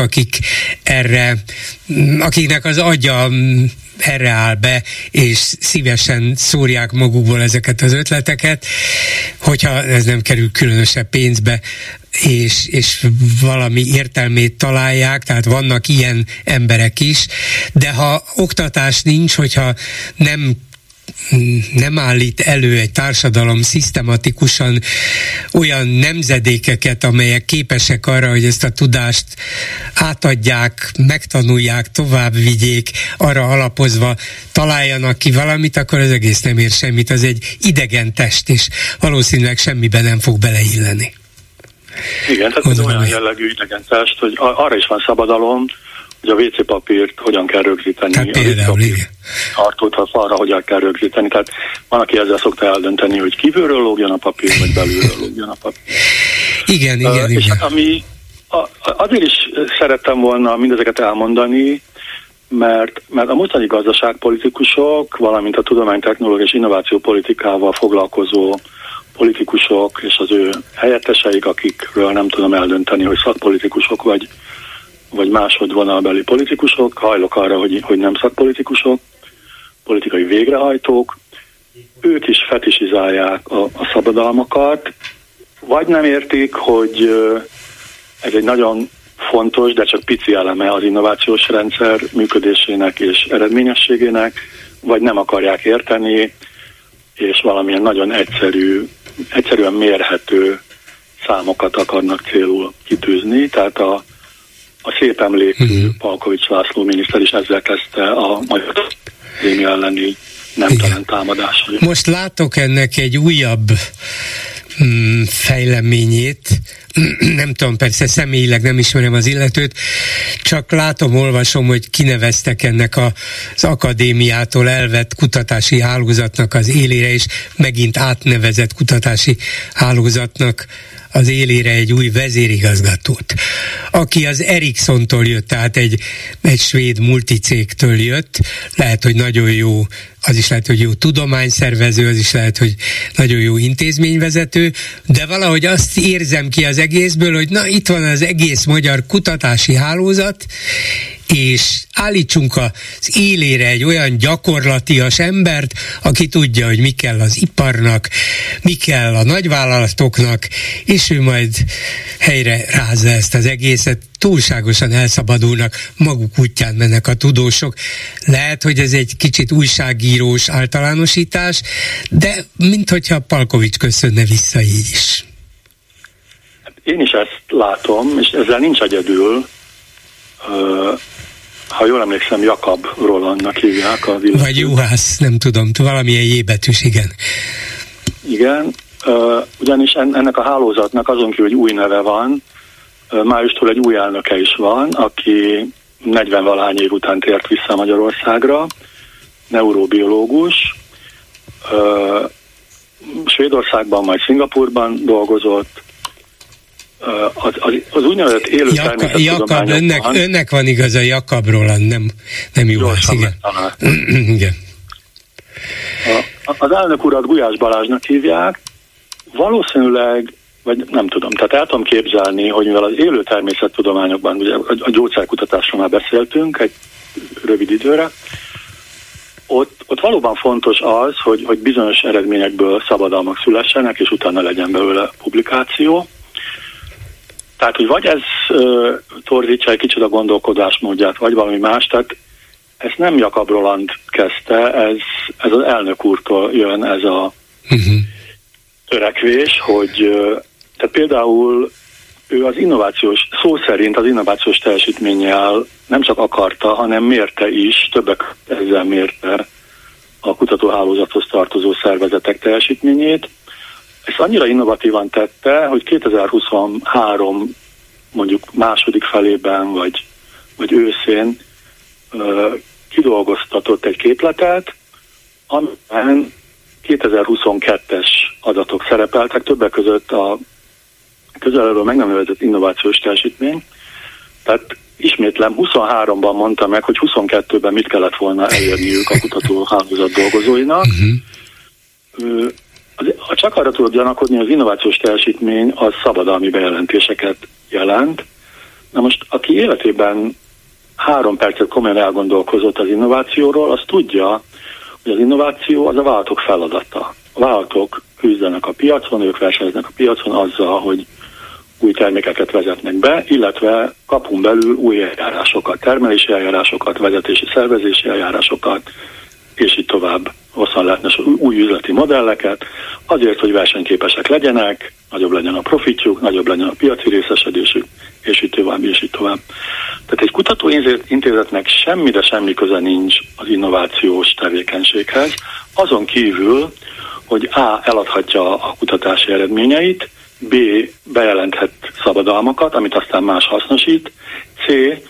akiknek az agya erre áll be, és szívesen szórják magukból ezeket az ötleteket, hogyha ez nem kerül különösebb pénzbe, és valami értelmét találják, tehát vannak ilyen emberek is, de ha oktatás nincs, hogyha nem állít elő egy társadalom szisztematikusan olyan nemzedékeket, amelyek képesek arra, hogy ezt a tudást átadják, megtanulják, tovább vigyék, arra alapozva találjanak ki valamit, akkor az egész nem ér semmit, az egy idegen test, és valószínűleg semmiben nem fog beleilleni. Igen, tehát ez olyan jellegű idegen test, hogy arra is van szabadalom, hogy a WC papírt hogyan kell rögzíteni. Hát például, igen. Tartót, ha arra hogyan kell rögzíteni. Tehát van, aki ezzel szokta eldönteni, hogy kívülről lógjon a papír, vagy belülről lógjon a papír. Igen. És hát azért is szerettem volna mindezeket elmondani, mert a mostani gazdaságpolitikusok, valamint a tudománytechnológia és innovációpolitikával foglalkozó politikusok és az ő helyetteseik, akikről nem tudom eldönteni, hogy szakpolitikusok vagy máshogy vonalbeli politikusok, hajlok arra, hogy nem szakpolitikusok, politikai végrehajtók, ők is fetisizálják a szabadalmakat, vagy nem értik, hogy ez egy nagyon fontos, de csak pici eleme az innovációs rendszer működésének és eredményességének, vagy nem akarják érteni, és valamilyen nagyon egyszerűen mérhető számokat akarnak célul kitűzni. Tehát a szép emlékű Palkovics László miniszter is ezzel kezdte a magyar akadémia elleni nemtelen támadásra. Most látok ennek egy újabb fejleményét, nem tudom, persze személyileg nem ismerem az illetőt, csak látom, olvasom, hogy kineveztek ennek az akadémiától elvett kutatási hálózatnak az élére, és megint átnevezett kutatási hálózatnak az élére egy új vezérigazgatót, aki az Ericssontól jött, tehát egy svéd multicégtől jött, lehet, hogy nagyon jó, az is lehet, hogy jó tudományszervező, az is lehet, hogy nagyon jó intézményvezető, de valahogy azt érzem ki az egészből, hogy na, itt van az egész magyar kutatási hálózat, és állítsunk az élére egy olyan gyakorlatias embert, aki tudja, hogy mi kell az iparnak, mi kell a nagyvállalatoknak, és ő majd helyre rázza ezt az egészet. Túlságosan elszabadulnak, maguk útján mennek a tudósok. Lehet, hogy ez egy kicsit újságírós általánosítás, de minthogyha Palkovics köszönne vissza így is. Én is ezt látom, és ezzel nincs egyedül. Ha jól emlékszem, Jakab Rolandnak hívják az illetőt. Vagy Juhász, nem tudom, valamilyen jébetűs, igen. Igen, ugyanis ennek a hálózatnak azon kívül, hogy új neve van, májustól egy új elnöke is van, aki 40-valahány év után tért vissza Magyarországra, neurobiológus, Svédországban, majd Szingapurban dolgozott, az úgynevezett élő természettudományokban... Önnek van igaza, Jakab Roland, nem jó lesz, igen. Igen. Az elnök urat Gulyás Balázsnak hívják, valószínűleg, vagy nem tudom, tehát el tudom képzelni, hogy mivel az élő természettudományokban, ugye a gyógyszerkutatásról már beszéltünk egy rövid időre, ott valóban fontos az, hogy bizonyos eredményekből szabadalmak szülessenek, és utána legyen belőle publikáció. Tehát, hogy vagy ez torzítsa egy kicsit a gondolkodásmódját, vagy valami más, tehát ezt nem Jakab Roland kezdte, ez az elnök úrtól jön ez a törekvés, hogy tehát például ő az innovációs, szó szerint az innovációs teljesítménnyel nem csak akarta, hanem mérte is, többek ezzel mérte a kutatóhálózathoz tartozó szervezetek teljesítményét. Ezt annyira innovatívan tette, hogy 2023 mondjuk második felében, vagy őszén kidolgoztatott egy képletet, amiben 2022-es adatok szerepeltek, többek között a közelről meg nem nevezett innovációs teljesítmény. Tehát ismétlem, 23-ban mondta meg, hogy 22-ben mit kellett volna elérniük a kutatóhálózat dolgozóinak. Csak arra tudod gyanakodni, az innovációs teljesítmény az szabadalmi bejelentéseket jelent. Na most, aki életében 3 percet komolyan elgondolkozott az innovációról, az tudja, hogy az innováció az a vállalatok feladata. A vállalatok küzdenek a piacon, ők versenyeznek a piacon azzal, hogy új termékeket vezetnek be, illetve kapunk belül új eljárásokat, termelési eljárásokat, vezetési szervezési eljárásokat, és így tovább hosszan lehetne új üzleti modelleket, azért, hogy versenyképesek legyenek, nagyobb legyen a profitjuk, nagyobb legyen a piaci részesedésük, és így tovább, és így tovább. Tehát egy kutatóintézetnek semmi, de semmi köze nincs az innovációs tevékenységhez, azon kívül, hogy A. eladhatja a kutatási eredményeit, B. bejelenthet szabadalmakat, amit aztán más hasznosít, C.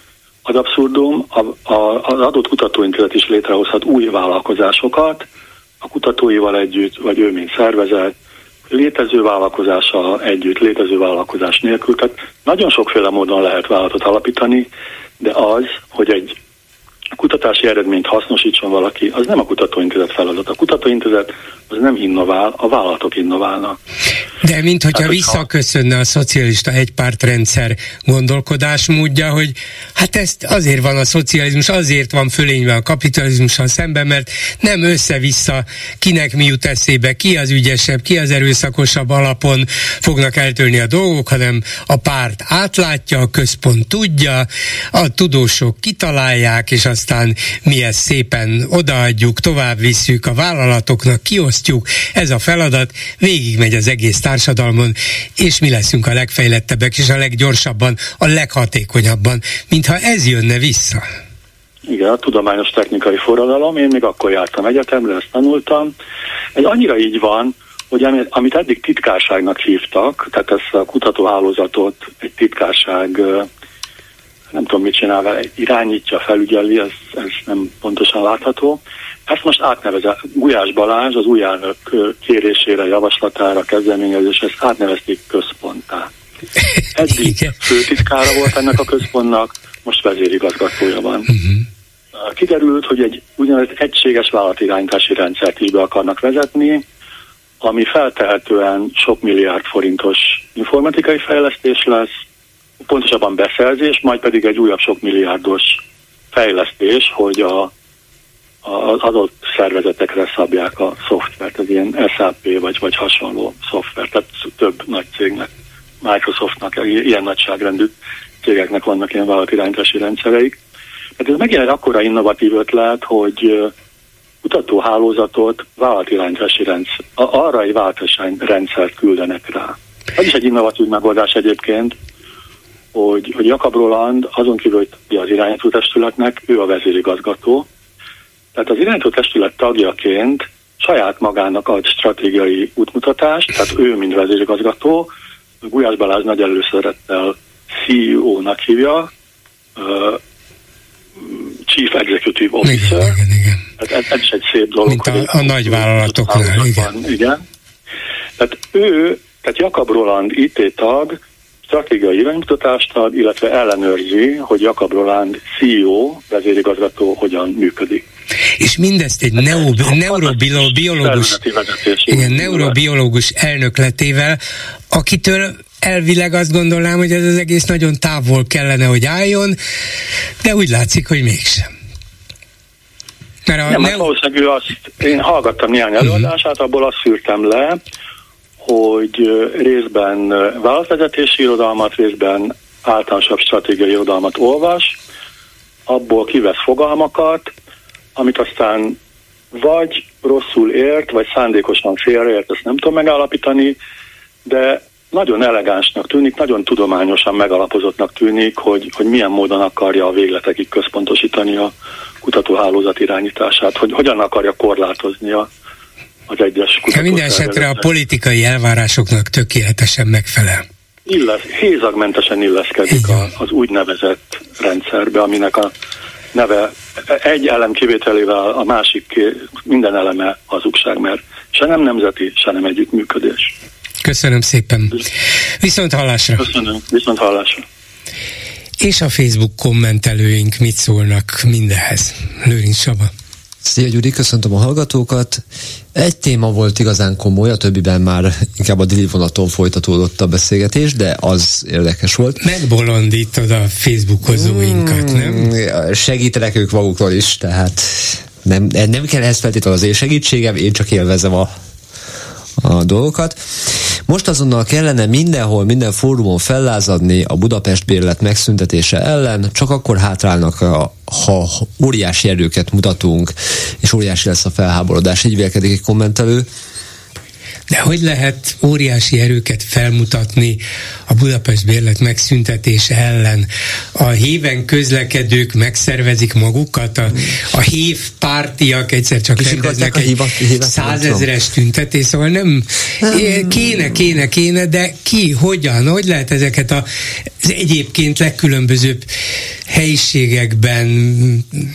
ad abszurdum, az adott kutatóintézet is létrehozhat új vállalkozásokat, a kutatóival együtt, vagy ő mint szervezet, létező vállalkozással együtt, létező vállalkozás nélkül. Tehát nagyon sokféle módon lehet vállalatot alapítani, de az, hogy egy kutatási eredményt hasznosítson valaki, az nem a kutatóintézet feladat. A kutatóintézet az nem innovál, a vállalatok innoválnak. De minthogyha visszaköszönne a szocialista egypártrendszer gondolkodásmódja, hogy hát ezt azért van a szocializmus, azért van fölényve a kapitalizmussal szemben, mert nem össze-vissza kinek mi jut eszébe, ki az ügyesebb, ki az erőszakosabb alapon fognak eltörni a dolgok, hanem a párt átlátja, a központ tudja, a tudósok kitalálják, és aztán mi ezt szépen odaadjuk, tovább visszük a vállalatoknak, kiosztjuk, ez a feladat, végigmegy az egész társadalmon, és mi leszünk a legfejlettebbek, és a leggyorsabban, a leghatékonyabban, mintha ez jönne vissza. Igen, a tudományos technikai forradalom, én még akkor jártam egyetemre, ezt tanultam. Ez annyira így van, hogy amit eddig titkárságnak hívtak, tehát ezt a kutatóhálózatot egy titkárság, nem tudom mit csinál vele, irányítja, felügyeli, ez nem pontosan látható. Ezt most átnevezett, Gulyás Balázs az új elnök kérésére, javaslatára, kezdeményezésre, ezt átnevezték központtá. Eddig főtitkára volt ennek a központnak, most vezérigazgatója van. Kiderült, hogy egy úgynevezett egységes vállalatirányítási rendszert is be akarnak vezetni, ami feltehetően sok milliárd forintos informatikai fejlesztés lesz, pontosabban beszerzés, majd pedig egy újabb sok milliárdos fejlesztés, hogy az adott szervezetekre szabják a szoftvert, ez ilyen SAP vagy hasonló szoftver, tehát több nagy cégnek, Microsoftnak, ilyen nagyságrendű cégeknek vannak ilyen vállalatirányítási rendszereik. Tehát ez megint egy akkora innovatív ötlet, hogy kutatóhálózatot vállalatirányítási rendszer, arra egy vállalatirányrendszert küldenek rá. Ez is egy innovatív megoldás egyébként, hogy Jakab Roland azon kívül, hogy az irányító testületnek, ő a vezérigazgató. Tehát az irányító testület tagjaként saját magának ad stratégiai útmutatást, tehát ő, mint vezérigazgató, Gulyás Balázs nagy előszerettel CEO-nak hívja, Chief Executive Officer. Igen. Hát ez is egy szép dolog. Mint a nagy vállalatoknál, igen. Tehát Jakab Roland IT tag stratégiai iránymutatást ad, illetve ellenőrzi, hogy Jakab Roland CEO, vezérigazgató hogyan működik. És mindezt egy neurobiológus elnökletével, akitől elvileg azt gondolnám, hogy ez az egész nagyon távol kellene, hogy álljon, de úgy látszik, hogy mégsem. Valószínűleg én hallgattam néhány előadását, abból azt szűrtem le, hogy részben vállalatvezetési irodalmat, részben általánosabb stratégiai irodalmat olvas, abból kivesz fogalmakat, amit aztán vagy rosszul ért, vagy szándékosan félreért, ezt nem tudom megállapítani, de nagyon elegánsnak tűnik, nagyon tudományosan megalapozottnak tűnik, hogy milyen módon akarja a végletekig központosítani a kutatóhálózat irányítását, hogy hogyan akarja korlátozni az egyes kutatószervezetek. Minden esetre a politikai elvárásoknak tökéletesen megfelel. Hézagmentesen illeszkedik az úgynevezett rendszerbe, aminek a neve egy elem kivételével a másik minden eleme hazugság, mert se nem nemzeti, se nem együttműködés. Köszönöm szépen. Viszont hallásra. Köszönöm. Viszont hallásra. És a Facebook kommentelőink mit szólnak mindehez? Lőrinc Csaba. Szia Gyuri, köszöntöm a hallgatókat. Egy téma volt igazán komoly, a többiben már inkább a dili vonaton folytatódott a beszélgetés, de az érdekes volt. Megbolondítod a Facebookozóinkat, nem? Segítenek ők magukról is, tehát nem kell ehhez feltétlenül az én segítségem, én csak élvezem a dolgokat. Most azonnal kellene mindenhol, minden fórumon fellázadni a Budapest bérlet megszüntetése ellen, csak akkor hátrálnak, ha óriási erőket mutatunk, és óriási lesz a felháborodás. Így vélkedik egy kommentelő. De hogy lehet óriási erőket felmutatni a Budapest bérlet megszüntetése ellen? A héven közlekedők megszervezik magukat, a hév pártiak egyszer csak rendeznek egy 100 000-es tüntetést, szóval nem kéne, de ki, hogyan, hogy lehet ezeket az egyébként legkülönbözőbb helyiségekben,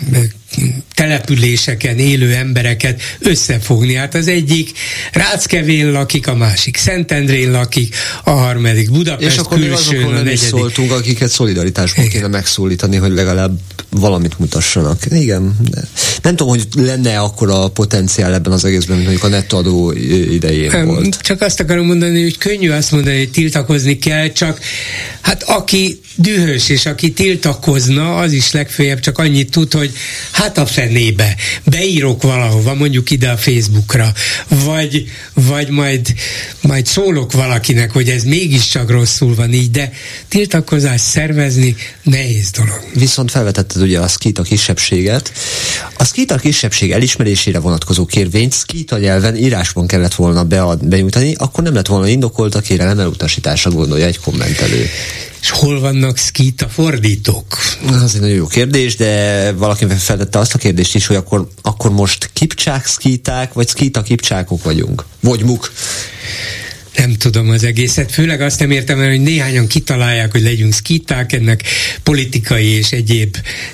településeken élő embereket összefogni. Hát az egyik Ráckevén lakik, a másik Szentendrén lakik, a harmadik Budapest és akkor külsőn, a negyedik. Szóltunk, akiket szolidaritásból kéne megszólítani, hogy legalább valamit mutassanak. Igen. Nem tudom, hogy lenne akkora potenciál ebben az egészben, mint mondjuk a nettoadó idején volt. Csak azt akarom mondani, hogy könnyű azt mondani, hogy tiltakozni kell, csak hát aki dühös, és aki tiltakozna, az is legfeljebb csak annyit tud, hogy hát a fenébe, beírok valahova, mondjuk ide a Facebookra, vagy majd szólok valakinek, hogy ez mégiscsak rosszul van így, de tiltakozást szervezni nehéz dolog. Viszont felvetetted ugye a szkíta kisebbséget. A szkíta kisebbség elismerésére vonatkozó kérvényt szkíta nyelven írásban kellett volna benyújtani, akkor nem lett volna indokolt a kérelem elutasítása, gondolja egy kommentelő. És hol vannak szkíta fordítók? Az egy nagyon jó kérdés, de valaki feltette azt a kérdést is, hogy akkor most kipcsák szkíták, vagy szkíta kipcsákok vagyunk? Vagy muk? Nem tudom az egészet, főleg azt nem értem el, hogy néhányan kitalálják, hogy legyünk szkíták, ennek politikai és egyéb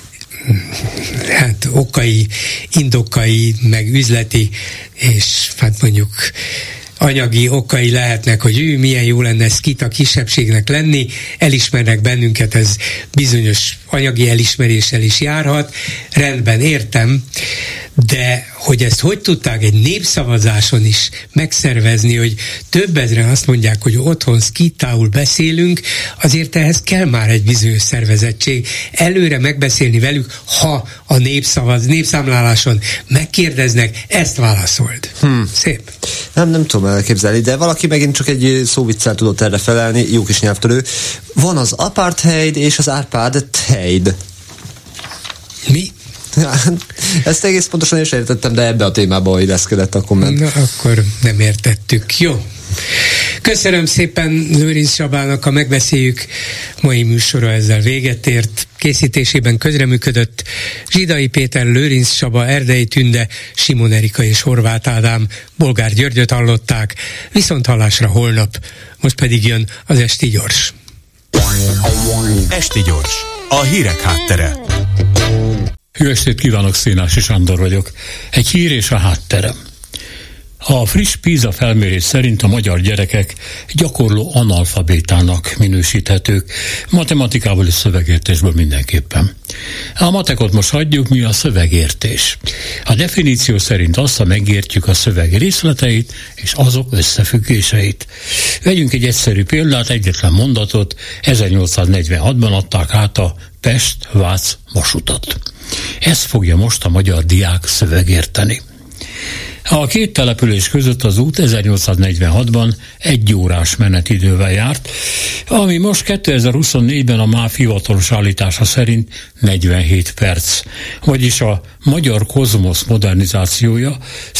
okai, indokai, meg üzleti, és hát mondjuk anyagi okai lehetnek, hogy milyen jó lenne szkíta kisebbségnek lenni, elismernek bennünket, ez bizonyos anyagi elismeréssel is járhat, rendben értem, de hogy ezt hogy tudták egy népszavazáson is megszervezni, hogy több ezren azt mondják, hogy otthon szkítául beszélünk, azért ehhez kell már egy bizonyos szervezettség. Előre megbeszélni velük, ha a népszámláláson megkérdeznek, ezt válaszold. Szép. Nem tudom elképzelni, de valaki megint csak egy szóviccel tudott erre felelni, jó kis nyelvtörő. Van az apartheid és az Árpád-theid. Mi? Ezt egész pontosan is értettem, de ebbe a témába illeszkedett a komment. Na, akkor nem értettük. Jó. Köszönöm szépen Lőrinc Csabának, a Megbeszéljük mai műsora ezzel véget ért. Készítésében közreműködött Zsidai Péter, Lőrinc Csaba, Erdei Tünde, Simon Erika és Horváth Ádám. Bolgár Györgyöt hallották. Viszonthallásra holnap. Most pedig jön az Esti Gyors. Esti Gyors, a hírek háttere. Jó estét kívánok, Szénási Sándor vagyok. Egy hír és a háttere. A friss PISA felmérés szerint a magyar gyerekek gyakorló analfabétának minősíthetők, matematikával és szövegértésből mindenképpen. A matekot most hagyjuk, mi a szövegértés. A definíció szerint azt, ha megértjük a szöveg részleteit és azok összefüggéseit. Vegyünk egy egyszerű példát, egyetlen mondatot, 1846-ban adták át a Pest-Vác vasutat. Ezt fogja most a magyar diák szövegérteni. A két település között az út 1846-ban 1 órás menetidővel járt, ami most 2024-ben a MÁV hivatalos állítása szerint 47 perc, vagyis a magyar kozmosz modernizációja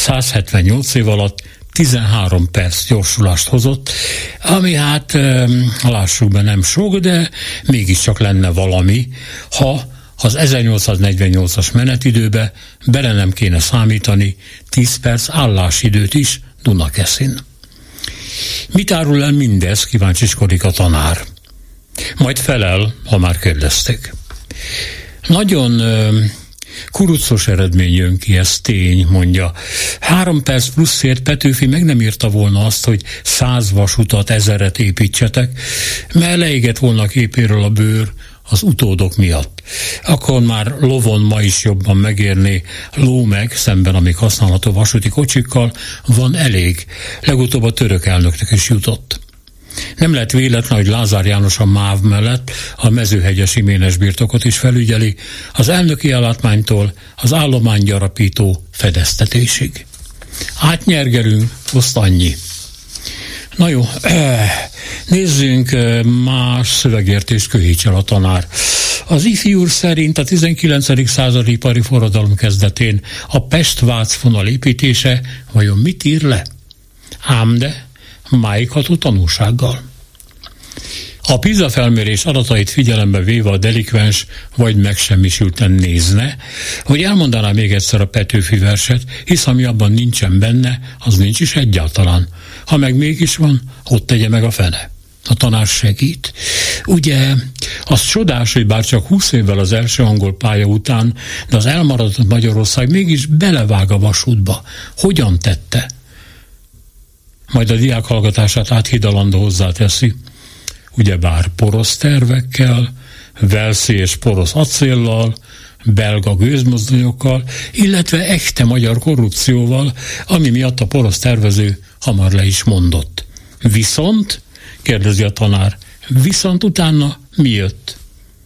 178 év alatt 13 perc gyorsulást hozott, ami hát lássuk be nem sok, de mégiscsak lenne valami, ha az 1848-as menetidőbe bele nem kéne számítani 10 perc állásidőt is Dunakeszin. Mit árul el mindez, kíváncsiskodik a tanár. Majd felel, ha már kérdezték. Nagyon kurucos eredmény jön ki, ez tény, mondja. 3 perc pluszért Petőfi meg nem írta volna azt, hogy 100 vasutat, 1000-et építsetek, mert leégett volna képéről a bőr az utódok miatt. Akkor már lovon ma is jobban megérné, ló meg, szemben a még használható vasúti kocsikkal, van elég. Legutóbb a török elnöknek is jutott. Nem lett véletlen, hogy Lázár János a MÁV mellett a mezőhegyesi ménes birtokot is felügyeli, az elnöki ellátmánytól az állománygyarapító fedeztetésig. Átnyergelünk, azt annyi. Na jó, nézzünk más szövegértést, köhítsen a tanár. Az Ifi úr szerint a 19. századi ipari forradalom kezdetén a Pest-Vác vonal építése vajon mit ír le? Ám de máigható tanúsággal. A PISA felmérés adatait figyelembe véve a delikvens vagy megsemmisülten nézne, hogy elmondaná még egyszer a Petőfi verset, hisz ami abban nincsen benne, az nincs is egyáltalán. Ha meg mégis van, ott tegye meg a fene. A tanár segít. Ugye, az csodás, hogy bár csak 20 évvel az első angol pálya után, de az elmaradott Magyarország mégis belevág a vasútba. Hogyan tette? Majd a diák hallgatását áthidalandó hozzáteszi. Ugyebár porosz tervekkel, velszi és porosz acéllal, belga gőzmozdonyokkal, illetve echte magyar korrupcióval, ami miatt a porosz tervező hamar le is mondott. Viszont, kérdezi a tanár, viszont utána mi jött?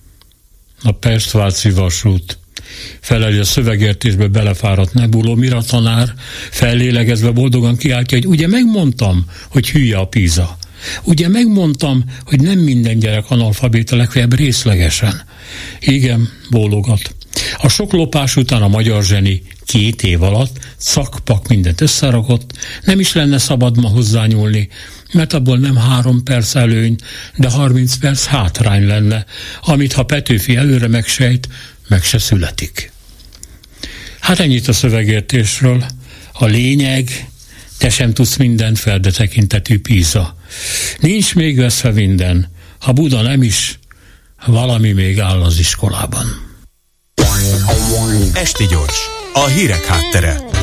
A Pest-Váci vasút. Feleli a szövegértésbe belefáradt Nebuló, mire a tanár fellélegezve boldogan kiáltja, hogy ugye megmondtam, hogy hülye a PISA. Ugye megmondtam, hogy nem minden gyerek analfabéta, legfeljebb részlegesen. Igen, bólogat. A sok lopás után a magyar zseni 2 év alatt szakpak mindent összerakott, nem is lenne szabad ma hozzányúlni, mert abból nem 3 perc előny, de 30 perc hátrány lenne, amit ha Petőfi előre megsejt, meg se születik. Hát ennyit a szövegértésről. A lényeg, te sem tudsz mindent fel, de tekintetű PISA. Nincs még veszve minden, ha Buda nem is, valami még áll az iskolában. Esti Gyors, a hírek háttere.